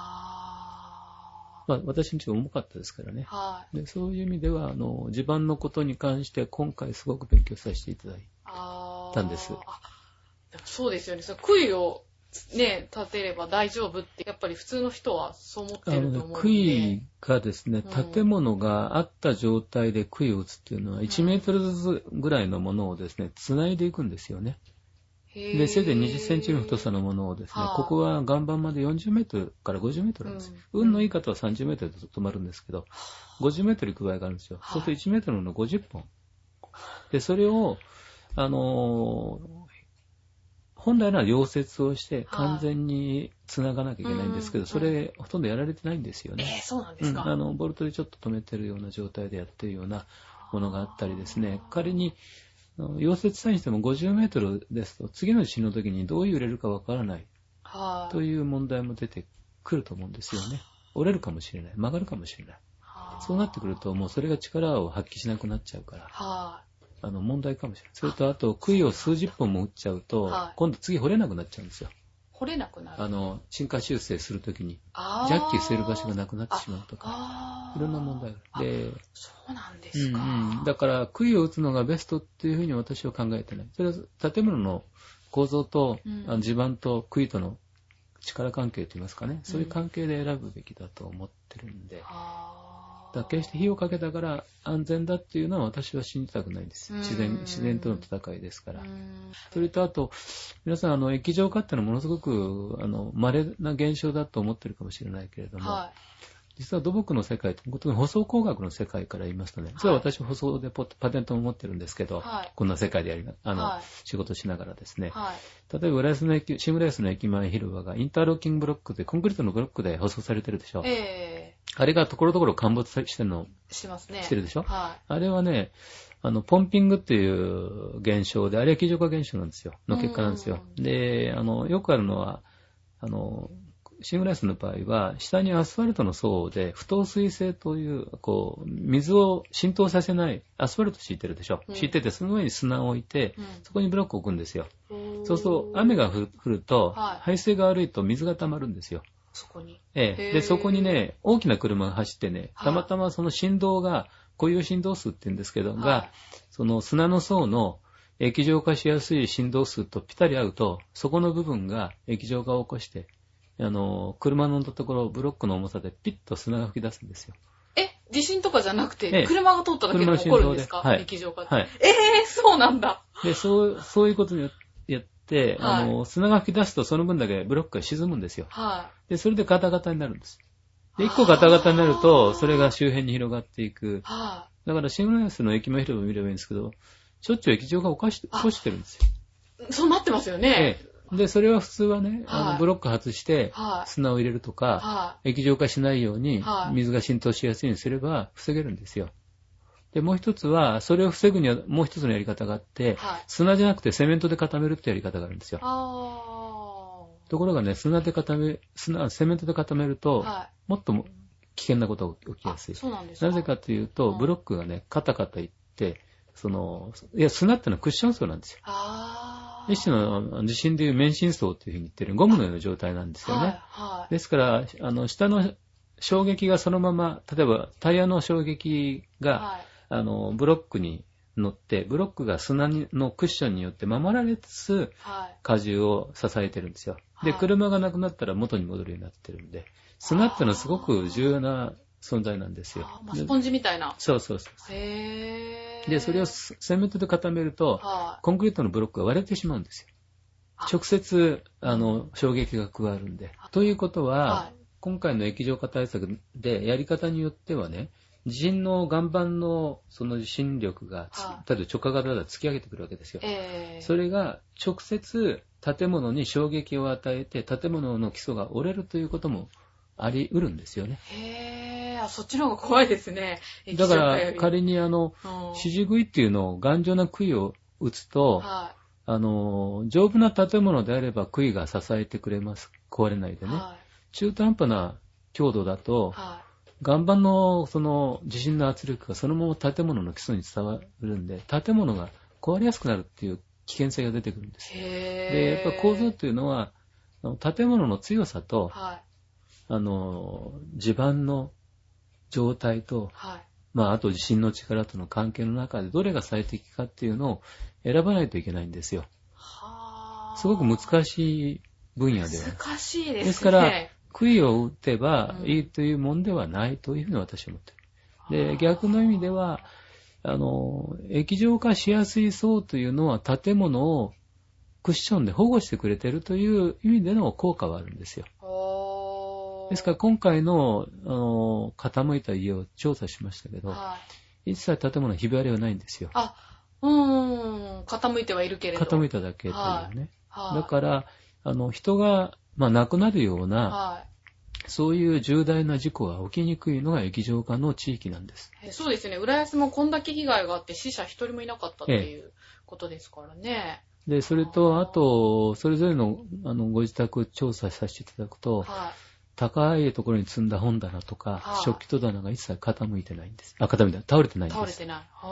Speaker 2: はまあ私にちょっと重かったですからね。はい、でそういう意味ではあの地盤のことに関して今回すごく勉強させていただいたんです。あ
Speaker 1: でもそうですよね。その杭をね、立てれば大丈夫って、やっぱり普通の人はそう思ってると思うので。
Speaker 2: 杭がですね、建物があった状態で杭を打つっていうのは、いちメートルずつぐらいのものをですね、繋いでいくんですよね。で、せいぜいにじゅっセンチの太さのものをですね、ここは岩盤までよんじゅうメートルからごじゅうメートルなんですよ。うん、運のいい方はさんじゅうメートルで止まるんですけど、ごじゅうメートル行く場合があるんですよ。そうするといちメートルのごじゅっぽん。で、それを、あのー、本来なら溶接をして完全に繋がなきゃいけないんですけど、はい、それほとんどやられてないんですよね。
Speaker 1: えー、そうなんですか。
Speaker 2: うん、あの、ボルトでちょっと止めてるような状態でやってるようなものがあったりですね、仮に溶接さえにしてもごじゅうメートルですと、次の地震の時にどう揺れるかわからないという問題も出てくると思うんですよね。折れるかもしれない、曲がるかもしれない。そうなってくると、もうそれが力を発揮しなくなっちゃうから。あの問題かもしれない。それとあと杭を数十本も打っちゃうと、はい、今度次掘れなくなっちゃうんですよ。
Speaker 1: 掘れなくなる。
Speaker 2: あの、沈下修正するときに、ジャッキする場所がなくなってしまうとか、いろんな問題がある。で、
Speaker 1: そうなんですか。
Speaker 2: うんうん、だから、杭を打つのがベストっていうふうに私は考えてない。それは建物の構造と、うん、あの地盤と杭との力関係といいますかね、そういう関係で選ぶべきだと思ってるんで、うん、だから決して火をかけたから安全だっていうのは私は信じたくないんです。自然、自然との戦いですから。それとあと、皆さん、あの、液状化っていうのはものすごく、あの、稀な現象だと思ってるかもしれないけれども、はい、実は土木の世界、特に舗装工学の世界から言いますとね、実は私舗装でパテントも持ってるんですけど、はい、こんな世界でやりあの、はい、仕事しながらですね、はい、例えば浦安の駅、新浦安の駅前広場がインターロッキングブロックで、コンクリートのブロックで舗装されてるでしょ。えー、あれがところどころ陥没してるの、
Speaker 1: しますね。
Speaker 2: してるでしょ。
Speaker 1: はい、
Speaker 2: あれはね、あの、ポンピングっていう現象で、あれは液状化現象なんですよ。の結果なんですよ。で、あの、よくあるのは、あの、シングラスの場合は、下にアスファルトの層で、不透水性という、こう、水を浸透させないアスファルト敷いてるでしょ。うん、敷いてて、その上に砂を置いて、うん、そこにブロックを置くんですよ。そうすると、雨が降ると、はい、排水が悪いと水が溜まるんですよ。
Speaker 1: そこに。
Speaker 2: ええ。で、そこにね、大きな車が走ってね、たまたまその振動が、固有振動数って言うんですけど、はい、が、その砂の層の液状化しやすい振動数とぴったり合うと、そこの部分が液状化を起こして、あの、車の乗ったところ、ブロックの重さでピッと砂が吹き出すんですよ。
Speaker 1: え、地震とかじゃなくて、ええ、車が通っただけでも起こるんですか？はい。液状化って。はい。ええー、そうなんだ。
Speaker 2: で、そう、そういうことにやって、はい、あの、砂が吹き出すとその分だけブロックが沈むんですよ。はい。で、それでガタガタになるんです。で、一個ガタガタになると、それが周辺に広がっていく。はあ、だから、シングラスの駅前広場を見ればいいんですけど、しょっちゅう液状が起こして、起こしてるんです
Speaker 1: よ。そうなってますよね。
Speaker 2: ええ、で、それは普通はね、はあ、あのブロック外して、砂を入れるとか、はあ、液状化しないように、水が浸透しやすいようにすれば防げるんですよ。で、もう一つは、それを防ぐにはもう一つのやり方があって、はあ、砂じゃなくてセメントで固めるってやり方があるんですよ。あところがね、砂で固め、砂、セメントで固めると、はい、もっと危険なことが起きやすい。
Speaker 1: そうなんですか？
Speaker 2: なぜかというと、ブロックがね、カタカタいって、その、いや、砂ってのはクッション層なんですよ。あ一種の地震でいう免震層っていうふうに言ってるゴムのような状態なんですよね。はいはい、ですから、あの、下の衝撃がそのまま、例えばタイヤの衝撃が、はい、あの、ブロックに乗って、ブロックが砂のクッションによって守られつつ、荷重を支えてるんですよ。で、車がなくなったら元に戻るようになってるんで、砂ってのはすごく重要な存在なんですよ。
Speaker 1: まあ、スポンジみたいな。
Speaker 2: そうそうそう。へー。で、それをセメントで固めると、コンクリートのブロックが割れてしまうんですよ。直接、あの、衝撃が加わるんで。ということは、今回の液状化対策でやり方によってはね、地震の岩盤のその地震力が、例えば直下型だと突き上げてくるわけですよ。えー、それが直接建物に衝撃を与えて建物の基礎が折れるということもあり得るんですよね。
Speaker 1: へー、そっちの方が怖いですね。
Speaker 2: だから仮にあの、支持杭っていうのを頑丈な杭を打つと、はい、あの、丈夫な建物であれば杭が支えてくれます。壊れないでね。はい、中途半端な強度だと、はい、岩盤のその地震の圧力がそのまま建物の基礎に伝わるんで、建物が壊れやすくなるっていう危険性が出てくるんです。へー。で、やっぱ構造っていうのは、建物の強さと、はい、あの、地盤の状態と、はい、まあ、あと地震の力との関係の中でどれが最適かっていうのを選ばないといけないんですよ。はー。すごく難しい分野では。
Speaker 1: 難しいですね。
Speaker 2: ですから、杭を打てばいいというもんではないというふうに私は思っている。で、逆の意味では、あの、液状化しやすい層というのは建物をクッションで保護してくれているという意味での効果はあるんですよ。ですから今回の、あの、傾いた家を調査しましたけど、はい、一切建物にひび割れはないんですよ。
Speaker 1: あ、うーん、傾いてはいるけれど。
Speaker 2: 傾いただけというね。はいはい、だから、あの、人が、まあ、亡くなるような、はい、そういう重大な事故が起きにくいのが液状化の地域なんです。
Speaker 1: えそうですね。浦安もこんだけ被害があって死者一人もいなかったっていうことですからね。
Speaker 2: で、それと、あと、それぞれの、あの、ご自宅調査させていただくと、はい、高いところに積んだ本棚とか、はい、食器戸棚が一切傾いてないんです。あ、傾いてない。倒れてないんです。
Speaker 1: 倒れてない。は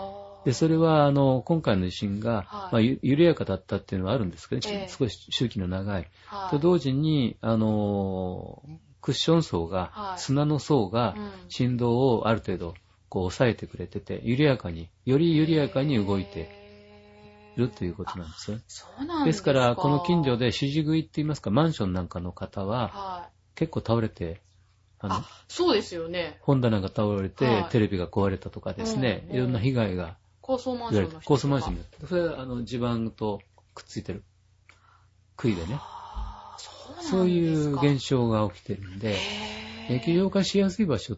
Speaker 2: で、それは、あの、今回の地震が、はい、まあ、緩やかだったっていうのはあるんですけど、ね、えー、少し周期の長い。はい、と同時に、あの、クッション層が、はい、砂の層が振動をある程度、こう抑えてくれてて、緩やかに、より緩やかに動いているということなんですよ。
Speaker 1: そうなんですか。
Speaker 2: ですから、この近所で支持食いって言いますか、マンションなんかの方は、はい、結構倒れて、
Speaker 1: あの、あ、そうですよね。
Speaker 2: 本棚が倒れて、はい、テレビが壊れたとかですね、うんうん、いろんな被害が。
Speaker 1: 高層マンションの人とか。
Speaker 2: 高層マンションの人。それは、あの、地盤とくっついてる。杭でね。
Speaker 1: そうなんですか。
Speaker 2: そういう現象が起きてるんで、液状化しやすい場所って、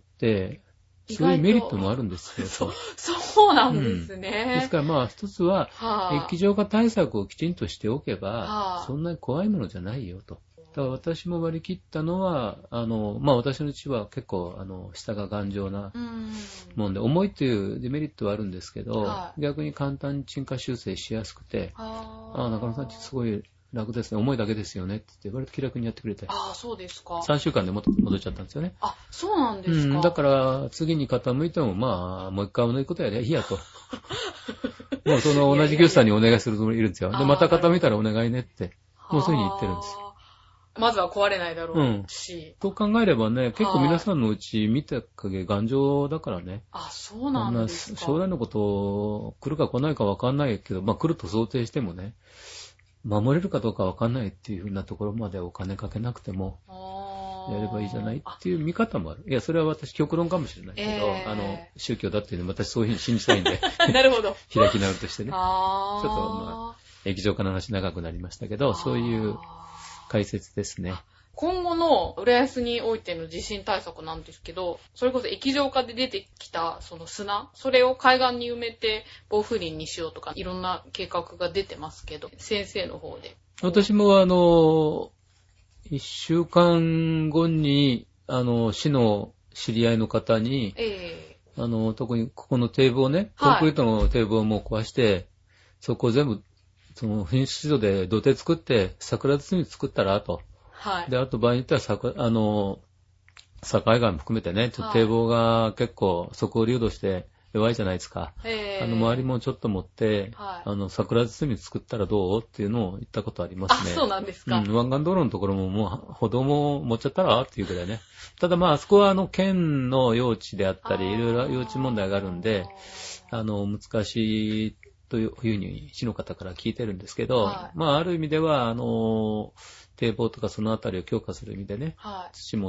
Speaker 2: そういうメリットもあるんですよ。
Speaker 1: そう、そうなんですね。
Speaker 2: うん、ですからまあ一つは、はあ、液状化対策をきちんとしておけば、はあ、そんなに怖いものじゃないよと。だから私も割り切ったのは、あの、まあ私の家は結構、あの、下が頑丈なもんで、重いというデメリットはあるんですけど、はあ、逆に簡単に沈下修正しやすくて、はあ、あ、中野さんちすごい楽ですね。重いだけですよねって言って、割と気楽にやってくれて。
Speaker 1: ああ、そうですか。
Speaker 2: さんしゅうかんで戻っちゃったんですよね。
Speaker 1: あ、そうなんですか。
Speaker 2: うん、だから、次に傾いても、まあ、もう一回同じことやりゃいいやと。もうその同じ業者さんにお願いするつもりいるんですよ。いやいやいやで、また傾いたらお願いねって、もうそういうふうに言ってるんですよ。
Speaker 1: まずは壊れないだろうし。
Speaker 2: うん。と考えればね、結構皆さんのうち見た影頑丈だからね。
Speaker 1: あ、そうなんですか。
Speaker 2: 将来のこと来るか来ないか分かんないけど、まあ来ると想定してもね、守れるかどうか分かんないっていうふうなところまでお金かけなくても、やればいいじゃないっていう見方もある。いや、それは私極論かもしれないけど、えー、あの、宗教だっていうのは私そういうふうに信じたいんで。
Speaker 1: なるほど。
Speaker 2: 開き直るとしてね。ちょっとまあ、液状化の話長くなりましたけど、そういう解説ですね。
Speaker 1: 今後の浦安においての地震対策なんですけど、それこそ液状化で出てきたその砂、それを海岸に埋めて防風林にしようとか、いろんな計画が出てますけど、先生の方で。
Speaker 2: 私もあの、一週間後に、あの、市の知り合いの方に、えー、あの、特にここの堤防ね、コンクリートの堤防をもう壊して、はい、そこを全部、その噴出土で土手作って、桜包み作ったら、と。はい。で、あと場合によっては、さあの、境岸も含めてね、ちょっと堤防が結構底流動して弱いじゃないですか。へー。あの、周りもちょっと持って、はい。あの、桜包み作ったらどうっていうのを言ったことありますね。
Speaker 1: あ、そうなんですか。
Speaker 2: うん、湾岸道路のところももう、歩道も持っちゃったらっていうぐらいね。ただまあ、あそこはあの、県の用地であったり、いろいろ用地問題があるんで、あの、難しいというふうに市の方から聞いてるんですけど、はい、まあ、ある意味では、あの、堤防とかそのあたりを強化する意味でね、はい、土持って、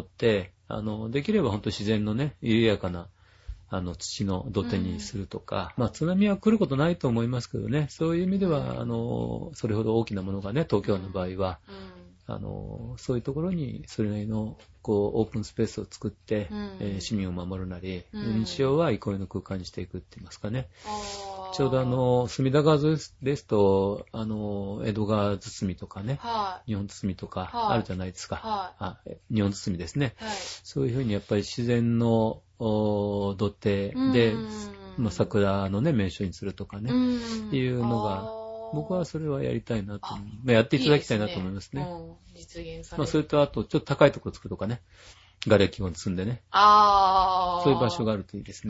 Speaker 2: あの、できれば本当自然のね、緩やかな、あの、土の土手にするとか、うん、まあ、津波は来ることないと思いますけどね、そういう意味では、うん、あの、それほど大きなものがね、東京の場合は、うん、あの、そういうところにそれなりの、こう、オープンスペースを作って、うんえー、市民を守るなり、うん、日常は憩いの空間にしていくって言いますかね。ちょうどあの、隅田川ですと、あの、江戸川包みとかね、はい、日本包みとかあるじゃないですか。はい、あ日本包みですね、はい。そういうふうにやっぱり自然の土手で、まあ、桜のね、名所にするとかね、いうのが、僕はそれはやりたいなと思う。まあ、やっていただきたいなと思いますね。いいですね。うん、実現される。まあ、それとあと、ちょっと高いところ作るとかね、瓦礫を積んでね。あそういう場所があるといいですね。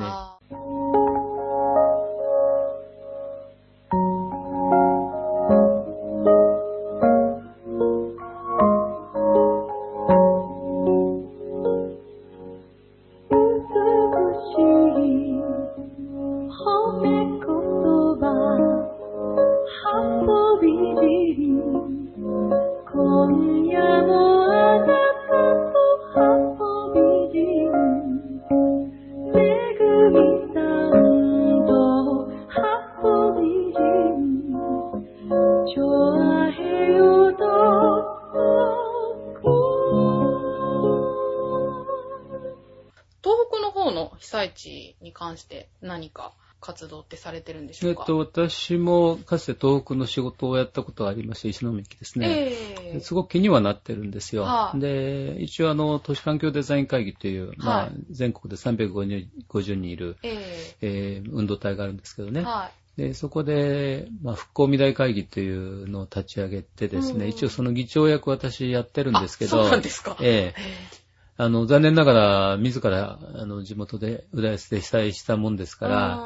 Speaker 1: 被災地に関して何か活動ってされてるんでしょうか？
Speaker 2: えっと、私もかつて東北の仕事をやったことがありまして、石巻ですね、えー。すごく気にはなってるんですよ。はあ、で、一応あの、都市環境デザイン会議という、はい、まあ、全国でさんびゃくごじゅうにんいる、えーえー、運動体があるんですけどね。はい、で、そこで、まあ、復興未来会議というのを立ち上げてですね、一応その議長役私やってるんですけど。
Speaker 1: そうなんですか。
Speaker 2: ええーあの、残念ながら、自ら、あの、地元で、浦安で被災したもんですから、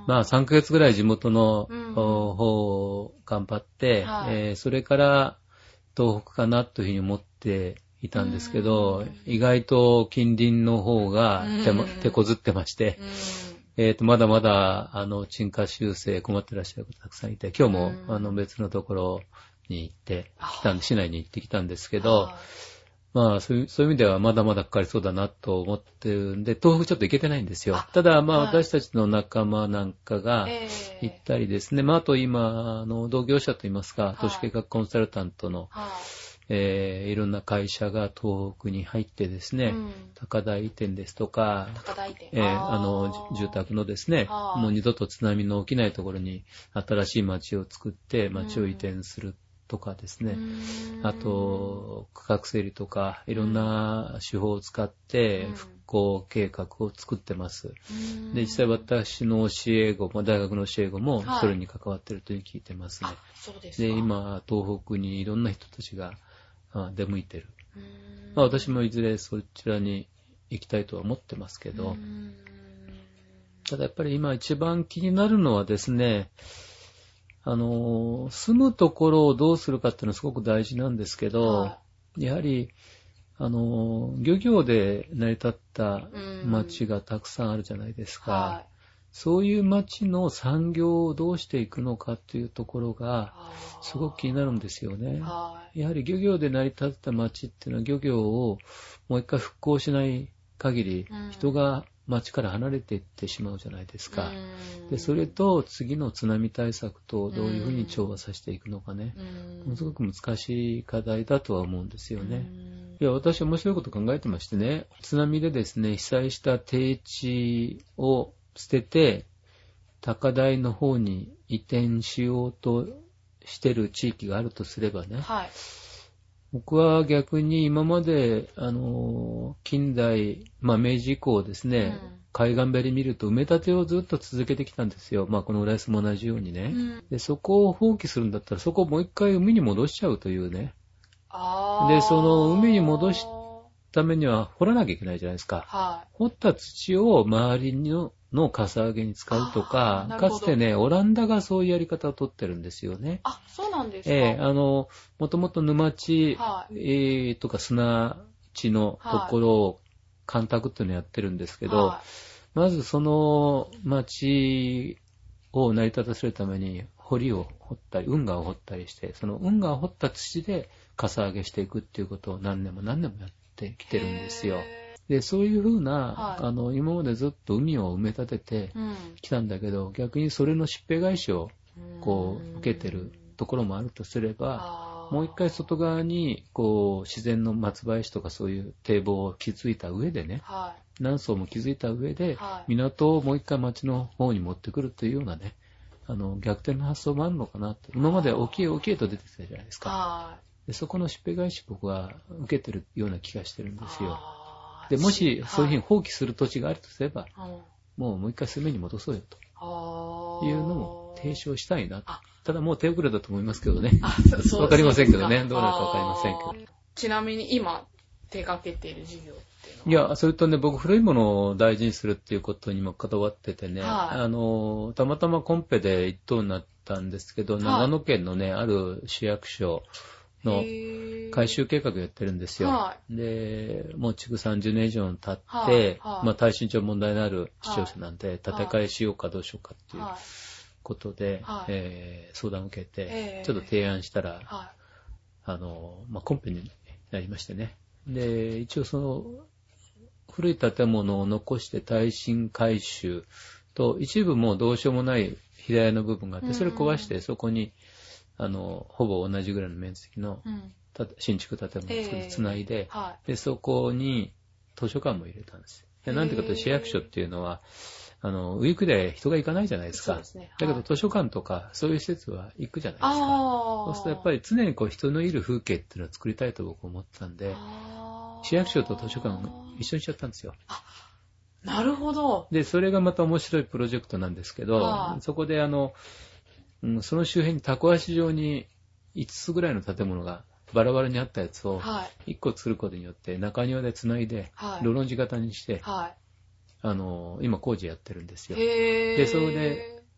Speaker 2: まあさんかげつぐらい地元の方を頑張って、はい、えー、それから東北かなというふうに思っていたんですけど、意外と近隣の方が手も手こずってまして、えっと、まだまだ、あの、沈下修正困ってらっしゃる方たくさんいて、今日も、あの、別のところに行ってきたんで、市内に行ってきたんですけど、まあそういう、そういう意味ではまだまだかかりそうだなと思ってるんで、東北ちょっと行けてないんですよ。ただ、まあ私たちの仲間なんかが行ったりですね、まああと今、あの、同業者といいますか、都市計画コンサルタントの、えー、いろんな会社が東北に入ってですね、うん、高台移転ですとか、
Speaker 1: 高台移転、
Speaker 2: えー、あの、住宅のですね、もう二度と津波の起きないところに新しい町を作って町を移転するとかですね、うん、あと、区画整理とか、いろんな手法を使って復興計画を作ってます。うん、で、実際私の教え子、大学の教え子もそれに関わっているというふうに聞いてますね。はい、
Speaker 1: そうですか。
Speaker 2: で、今、東北にいろんな人たちが出向いてる。まあ私もいずれそちらに行きたいとは思ってますけど、ただやっぱり今一番気になるのはですね、あの、住むところをどうするかっていうのはすごく大事なんですけど、はい、やはり、あの、漁業で成り立った町がたくさんあるじゃないですか。はい、そういう町の産業をどうしていくのかっていうところがすごく気になるんですよね。やはり漁業で成り立った町っていうのは漁業をもう一回復興しない限り人が町から離れていってしまうじゃないですか。で、それと次の津波対策とどういうふうに調和させていくのかね。ものすごく難しい課題だとは思うんですよね。いや、私面白いこと考えてましてね、津波でですね、被災した低地を捨てて、高台の方に移転しようとしてる地域があるとすればね。はい。僕は逆に今まで、あの、近代、まあ明治以降ですね、うん、海岸べり見ると埋め立てをずっと続けてきたんですよ。まあこの浦安も同じようにね。うん、で、そこを放棄するんだったらそこをもう一回海に戻しちゃうというね。あで、その海に戻すためには掘らなきゃいけないじゃないですか。はい。掘った土を周りののかさ上げに使うとか、かつてね、オランダがそういうやり方をとってるんですよね。
Speaker 1: あ、そうなんですか。え
Speaker 2: えー、あの、もともと沼地、はい、えー、とか砂地のところを干拓っていうのをやってるんですけど、はい、まずその町を成り立たせるために堀を掘ったり、運河を掘ったりして、その運河を掘った土でかさ上げしていくっていうことを何年も何年もやってきてるんですよ。で、そういうふうな、はい、あの、今までずっと海を埋め立ててきたんだけど、うん、逆にそれのしっぺ返しを、こう、受けてるところもあるとすれば、もう一回外側に、こう、自然の松林とかそういう堤防を築いた上でね、はい、何層も築いた上で、はい、港をもう一回町の方に持ってくるというようなね、あの、逆転の発想もあるのかなと。今まで沖へ沖へと出てきたじゃないですか。はい、でそこのしっぺ返し僕は受けてるような気がしてるんですよ。で、もし、そういうふうに放棄する土地があるとすれば、はい、もうもう一回攻めに戻そうよと。いうのも提唱したいな。ただもう手遅れだと思いますけどね。わかりませんけどね。どうなるかわかりませんけど。
Speaker 1: ちなみに今手掛けている事業っていう
Speaker 2: のは？いや、それとね、僕古いものを大事にするっていうことにも関わっててね、はい、あの、たまたまコンペで一等になったんですけど、はい、長野県のね、ある市役所、の改修計画やってるんですよ。はい、で、もう築さんじゅうねん以上経って、はいはい、まあ耐震上問題のある市庁舎なんで、はい、建て替えしようかどうしようかっていうことで、はいえー、相談を受けて、ちょっと提案したら、はい、あの、まあコンペになりましてね。で、一応その、古い建物を残して耐震改修と、一部もうどうしようもない平屋の部分があって、それを壊してそこに、あの、ほぼ同じぐらいの面積の、うん、新築建物を作りつないで、えーはい、で、そこに図書館も入れたんですよ。でなんていうかと市役所っていうのは、あの、ウィークで人が行かないじゃないですか。そうですね。はい、だけど図書館とかそういう施設は行くじゃないですか。そうするとやっぱり常にこう人のいる風景っていうのを作りたいと僕思ったんで、市役所と図書館を一緒にしちゃったんですよ。
Speaker 1: あ、なるほど。
Speaker 2: で、それがまた面白いプロジェクトなんですけど、そこであの、うん、その周辺にタコ足状にいつつぐらいの建物がバラバラにあったやつをいっこ作ることによって中庭でつないで、ロロンジ型にして、はい、あの、今工事やってるんですよ。で、それで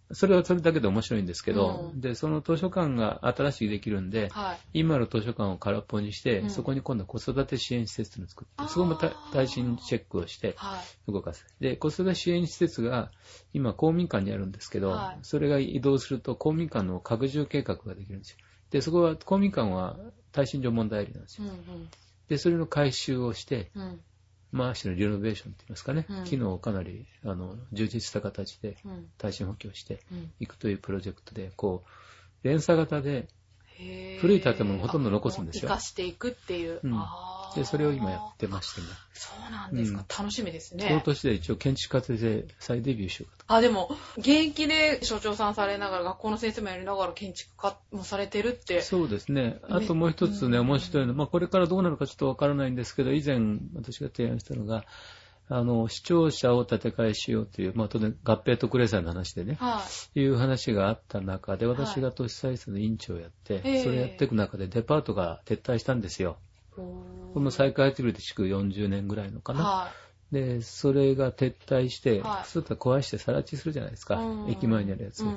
Speaker 2: それはそれだけで面白いんですけど、うん、で、その図書館が新しくできるんで、はい、今の図書館を空っぽにして、うん、そこに今度は子育て支援施設を作って、そこも耐震チェックをして動かす。はい、で、子育て支援施設が今公民館にあるんですけど、はい、それが移動すると公民館の拡充計画ができるんですよ。で、そこは公民館は耐震上問題ありなんですよ。うんうん、で、それの改修をして、うんまあ、一種のリノベーションって言いますかね、うん、機能をかなりあの充実した形で耐震補強していくというプロジェクトで、こう連鎖型で古い建物をほとんど残すんですよ。
Speaker 1: 生かしていくっていう、
Speaker 2: うん、でそれを今やってましてね。
Speaker 1: そうなんですか、うん、楽しみですね。
Speaker 2: この年で一応建築家で再デビューしようかと。
Speaker 1: あ、でも現役で所長さんされながら学校の先生もやりながら建築家もされてるって。
Speaker 2: そうですね。あともう一つね、面白いの、まあこれからどうなるかちょっとわからないんですけど、以前私が提案したのが、あの、視聴者を建て替えしようという、まあ当然合併特例祭の話でね、はい、いう話があった中で、私が都市再生の委員長をやって、はい、それやっていく中でデパートが撤退したんですよ。この再開発ビルで築よんじゅうねんぐらいのかな。はい、で、それが撤退して、はい、そういったら壊して更地するじゃないですか。うん、駅前にあるやつ、うんうん。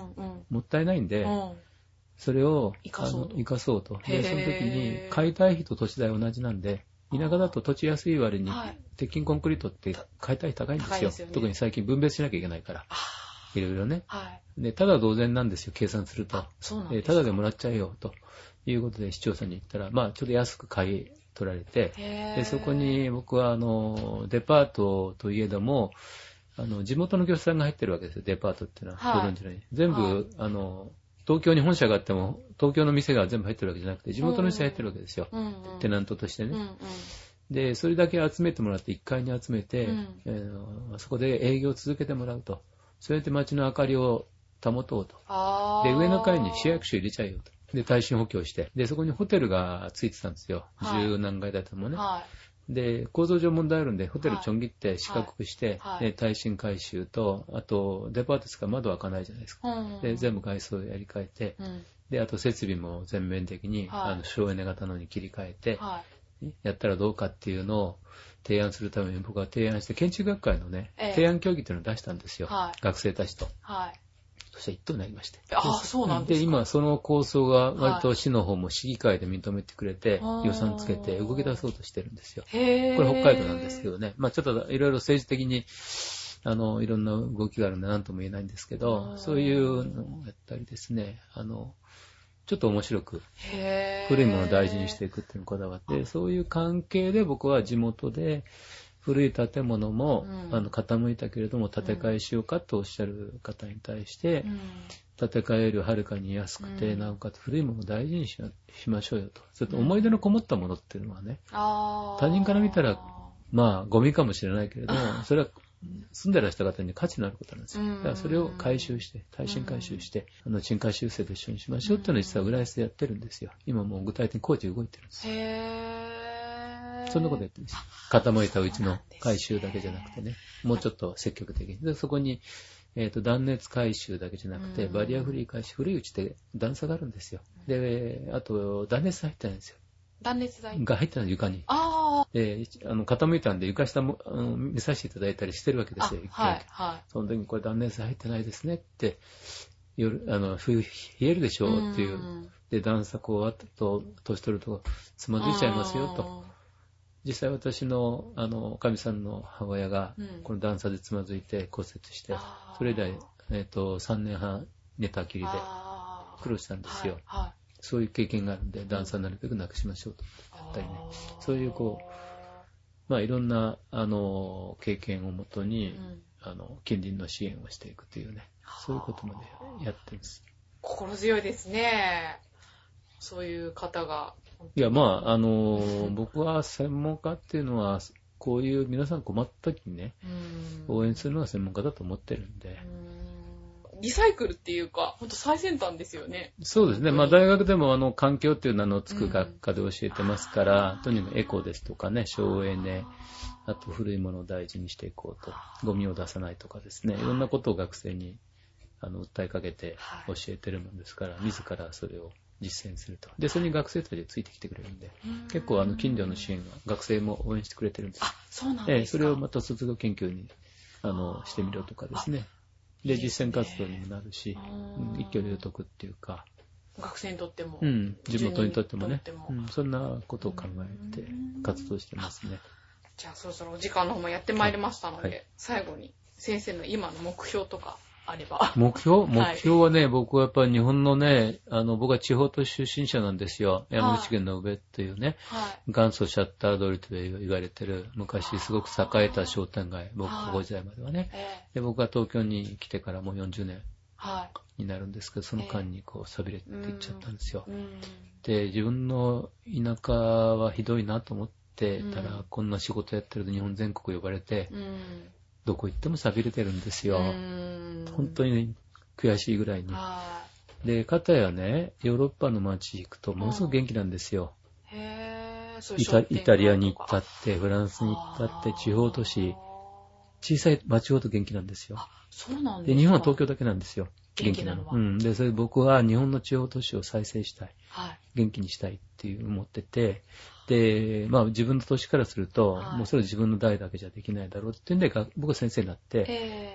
Speaker 2: もったいないんで、うん、それを生かそうと。生かそうと。で、その時に解体費と土地代同じなんで、田舎だと土地安い割に、鉄筋コンクリートって解体費高いんですよ。ですよね、特に最近分別しなきゃいけないから。いろいろね。はい、で、ただ同然なんですよ、計算すると。そうなんですか。ただでもらっちゃえよ、ということで市長さんに言ったら、まあ、ちょっと安く買い取られて、で、そこに僕は、あの、デパートといえども、あの、地元の業者さんが入ってるわけですよ、デパートっていうのは。はい、ご存知のように。全部、はい、あの、東京に本社があっても、東京の店が全部入ってるわけじゃなくて、地元の店が入ってるわけですよ。うんうん、テナントとしてね。うんうん、で、それだけ集めてもらって、いっかいに集めて、うんえー、そこで営業を続けてもらうと。そうやって街の明かりを保とうと。で、上の階に市役所入れちゃえよと。で、耐震補強して。で、そこにホテルがついてたんですよ。はい、十何階建てもね。はい、で、構造上問題あるんで、ホテルちょん切って四角くして、はいで耐震改修と、あと、デパートですから窓開かないじゃないですか。うん、で、全部外装やり替えて、うんで、あと設備も全面的に、はい、あの省エネ型のに切り替えて、はい、やったらどうかっていうのを提案するために僕は提案して、建築学会のね、えー、提案協議っていうのを出したんですよ。はい、学生たちと。はい、そして一等になりまして。
Speaker 1: ああ、そうなんですか。
Speaker 2: で、今その構想が割と市の方も市議会で認めてくれて、はい、予算つけて動き出そうとしてるんですよ。へー。これ北海道なんですけどね。まあちょっといろいろ政治的に、あの、いろんな動きがあるんで何とも言えないんですけど、そういうのをやったりですね、あの、ちょっと面白く、古いものを大事にしていくっていうのにこだわって、そういう関係で僕は地元で古い建物も、うん、あの傾いたけれども建て替えしようかとおっしゃる方に対して、うん、建て替えよりはるかに安くて、うん、なおかつ古いものを大事にしましょうよと。それと思い出のこもったものっていうのはね、うん、他人から見たら、まあゴミかもしれないけれども、それは住んでらした方に価値のあることなんですよ。だからそれを回収して、耐震回収して、あの、賃回収制と一緒にしましょうっていうのを実は浦安でやってるんですよ。今もう具体的に工事動いてるんですよ。へー。そんなことやってるんですよ。傾いたうちの回収だけじゃなくてね、もうちょっと積極的に。で、そこに、えっと、断熱回収だけじゃなくて、バリアフリー回収、古いうちって段差があるんですよ。で、あと、断熱入ってないんですよ。
Speaker 1: 断熱材
Speaker 2: が入ってない床に。ああ。で、あの、傾いたんで床下も、あの、見させていただいたりしてるわけですよ。はい、はい。その時にこれ断熱材入ってないですねって、夜、あの、冬冷えるでしょうっていう。うで、段差こうあと、年取るとつまずいちゃいますよと。実際私の、あの、おかみさんの母親が、この段差でつまずいて骨折して、うん、それ以来、えっと、さんねんはん寝たきりで苦労したんですよ。はいはいそういう経験があるんで、段差なるべくなくしましょうと。やったりね。そういうこう、まあいろんな、あの、経験をもとに、うん、あの、近隣の支援をしていくというね、そういうことまでやってるんです。
Speaker 1: 心強いですね。そういう方が。
Speaker 2: いや、まあ、あの、僕は専門家っていうのは、こういう皆さん困った時にね、うん、応援するのが専門家だと思ってるんで、うん
Speaker 1: リサイクルっていうか、ほんと最先端ですよね。
Speaker 2: そうですね。まあ大学でもあの環境っていう名のつく学科で教えてますから、うん、とにかくエコですとかね、省エネ、あと古いものを大事にしていこうと、ゴミを出さないとかですね、いろんなことを学生にあの訴えかけて教えてるもんですから、自らそれを実践すると。で、それに学生たちでついてきてくれるんで、結構あの近所の支援は学生も応援してくれてるんです。
Speaker 1: あ、そうなんですか。
Speaker 2: ええ、それをまた卒業研究にあのしてみろとかですね。 で、実践活動にもなるし、うん、一挙両得っていうか。
Speaker 1: 学生にとっても。
Speaker 2: うん、地元にとってもね。うん、そんなことを考えて活動してますね。
Speaker 1: じゃあ、そろそろお時間の方もやってまいりましたので、はい、最後に先生の今の目標とかあれば。
Speaker 2: 目標目標はね、はい、僕はやっぱり日本のね、あの、僕は地方都市出身者なんですよ。山口県の宇部っていうね、はい、元祖シャッター通りと言われてる、昔すごく栄えた商店街、僕高校時代まではね、はい。で、僕は東京に来てからもうよんじゅうねん。になるんですけど、その間にこう錆びれていっちゃったんですよ。で、自分の田舎はひどいなと思ってたら、こんな仕事やってると日本全国呼ばれて、どこ行っても錆びれてるんですよ。本当に悔しいぐらいに。で、かたやね、ヨーロッパの街行くとものすごく元気なんですよ。へー、イタ、イタリアに行ったって、フランスに行ったって、地方都市、小さい街ほど元気なんですよ。
Speaker 1: そうなんですか。
Speaker 2: で、日本は東京だけなんですよ。元気なのは。うん。で、それで僕は日本の地方都市を再生したい。はい。元気にしたいっていう思ってて、で、まあ自分の年からすると、はい、もうそれは自分の代だけじゃできないだろうっていうんで、僕は先生になって、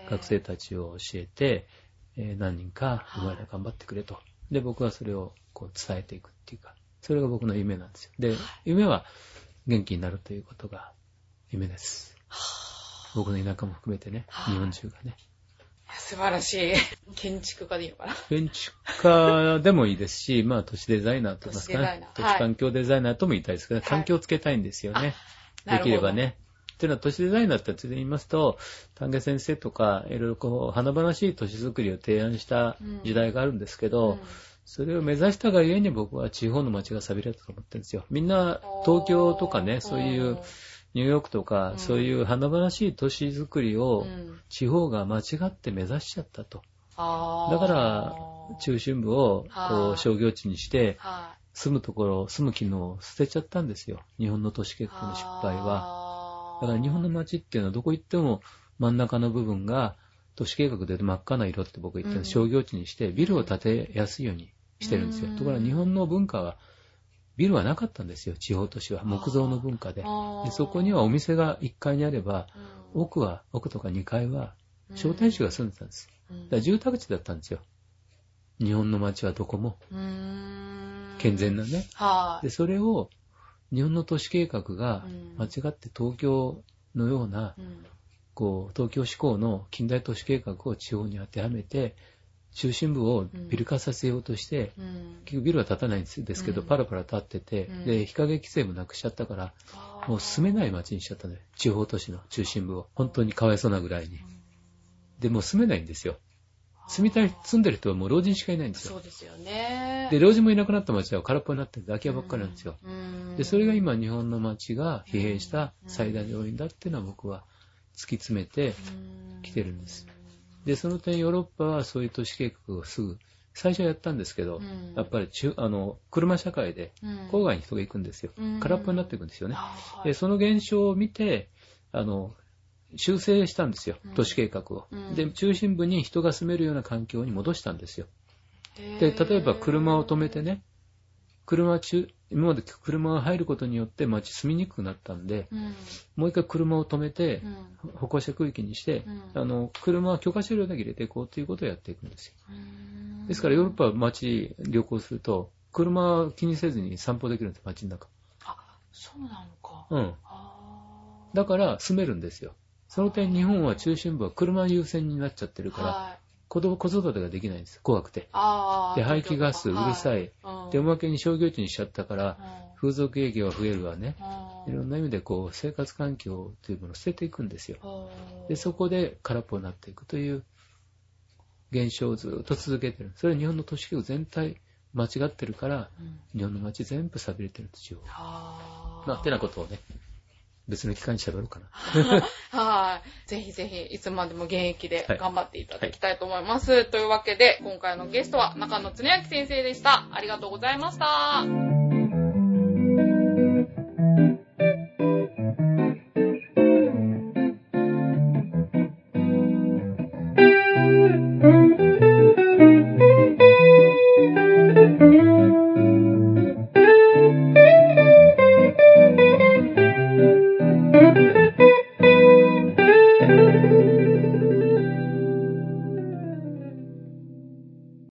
Speaker 2: 学生たちを教えて、えー、何人かお前ら頑張ってくれと。はい、で、僕はそれをこう伝えていくっていうか、それが僕の夢なんですよ。で、はい、夢は元気になるということが夢です。僕の田舎も含めてね、日本中がね。
Speaker 1: 素晴らしい。建築家でいいのかな。
Speaker 2: 建築家でもいいですし、まあ都市デザイナーと言いますかね。都市環境デザイナーとも言いたいですけど、はい、環境をつけたいんですよね。できればね。というのは都市デザイナーってついで言いますと、丹下先生とか、いろいろこう、華々しい都市づくりを提案した時代があるんですけど、うんうん、それを目指したがゆえに僕は地方の街が錆びれたと思ってるんですよ。みんな東京とかね、そういう、ニューヨークとか、うん、そういう華々しい都市づくりを地方が間違って目指しちゃったと。うん、だから、中心部をこう商業地にして、住むところ、住む機能を捨てちゃったんですよ。日本の都市計画の失敗は。だから日本の街っていうのはどこ行っても真ん中の部分が都市計画で真っ赤な色って僕言ってる、うん、商業地にしてビルを建てやすいようにしてるんですよ。うん、ところが日本の文化はビルはなかったんですよ、地方都市は。木造の文化で。でそこにはお店がいっかいにあれば、うん、奥は、奥とかにかいは、商店主が住んでたんです。うん、だから住宅地だったんですよ。日本の街はどこも。うーん健全なね。で、それを、日本の都市計画が間違って東京のような、うん、こう、東京志向の近代都市計画を地方に当てはめて、中心部をビル化させようとして、うん、結局ビルは建たないんですけど、うん、パラパラ建ってて、うん、で、日陰規制もなくしちゃったから、もう住めない街にしちゃったのよ。地方都市の中心部を。本当にかわいそうなぐらいに。で、もう住めないんですよ。住みたい、住んでる人はもう老人しかいないんですよ。
Speaker 1: そうですよね。
Speaker 2: で、老人もいなくなった街は空っぽになってるんで、空き家ばっかりなんですよ。で、それが今日本の街が疲弊した最大の要因だっていうのは僕は突き詰めてきてるんです。で、その点ヨーロッパはそういう都市計画をすぐ、最初はやったんですけど、うん、やっぱり中あの車社会で郊外に人が行くんですよ。うん、空っぽになっていくんですよね。うん、で、その現象を見て、あの、修正したんですよ、都市計画を。うん、で、中心部に人が住めるような環境に戻したんですよ。で、例えば車を止めてね、車中、今まで車が入ることによって街住みにくくなったんで、うん、もう一回車を止めて、うん、歩行者区域にして、うん、あの、車は許可車両だけ入れていこうということをやっていくんですよ。ですからヨーロッパは街旅行すると、車は気にせずに散歩できるんです、街の中。
Speaker 1: あ、そうなのか。
Speaker 2: うん。だから住めるんですよ。その点日本は中心部は車優先になっちゃってるから、はい子供、子育てができないんです。怖くて。で、排気ガス、うるさい。はい、で、おまけに商業地にしちゃったから、風俗営業が増えるわね。いろんな意味で、こう、生活環境というものを捨てていくんですよ。で、そこで空っぽになっていくという現象をずっと続けてる。それは日本の都市計画全体間違ってるから、うん、日本の街全部錆びれてるんですよ。まあ、ってなことをね。別の機会に喋ろうかな。
Speaker 1: はい。ぜひぜひ、いつまでも現役で頑張っていただきたいと思います。はいはい、というわけで、今回のゲストは中野恒明先生でした。ありがとうございました。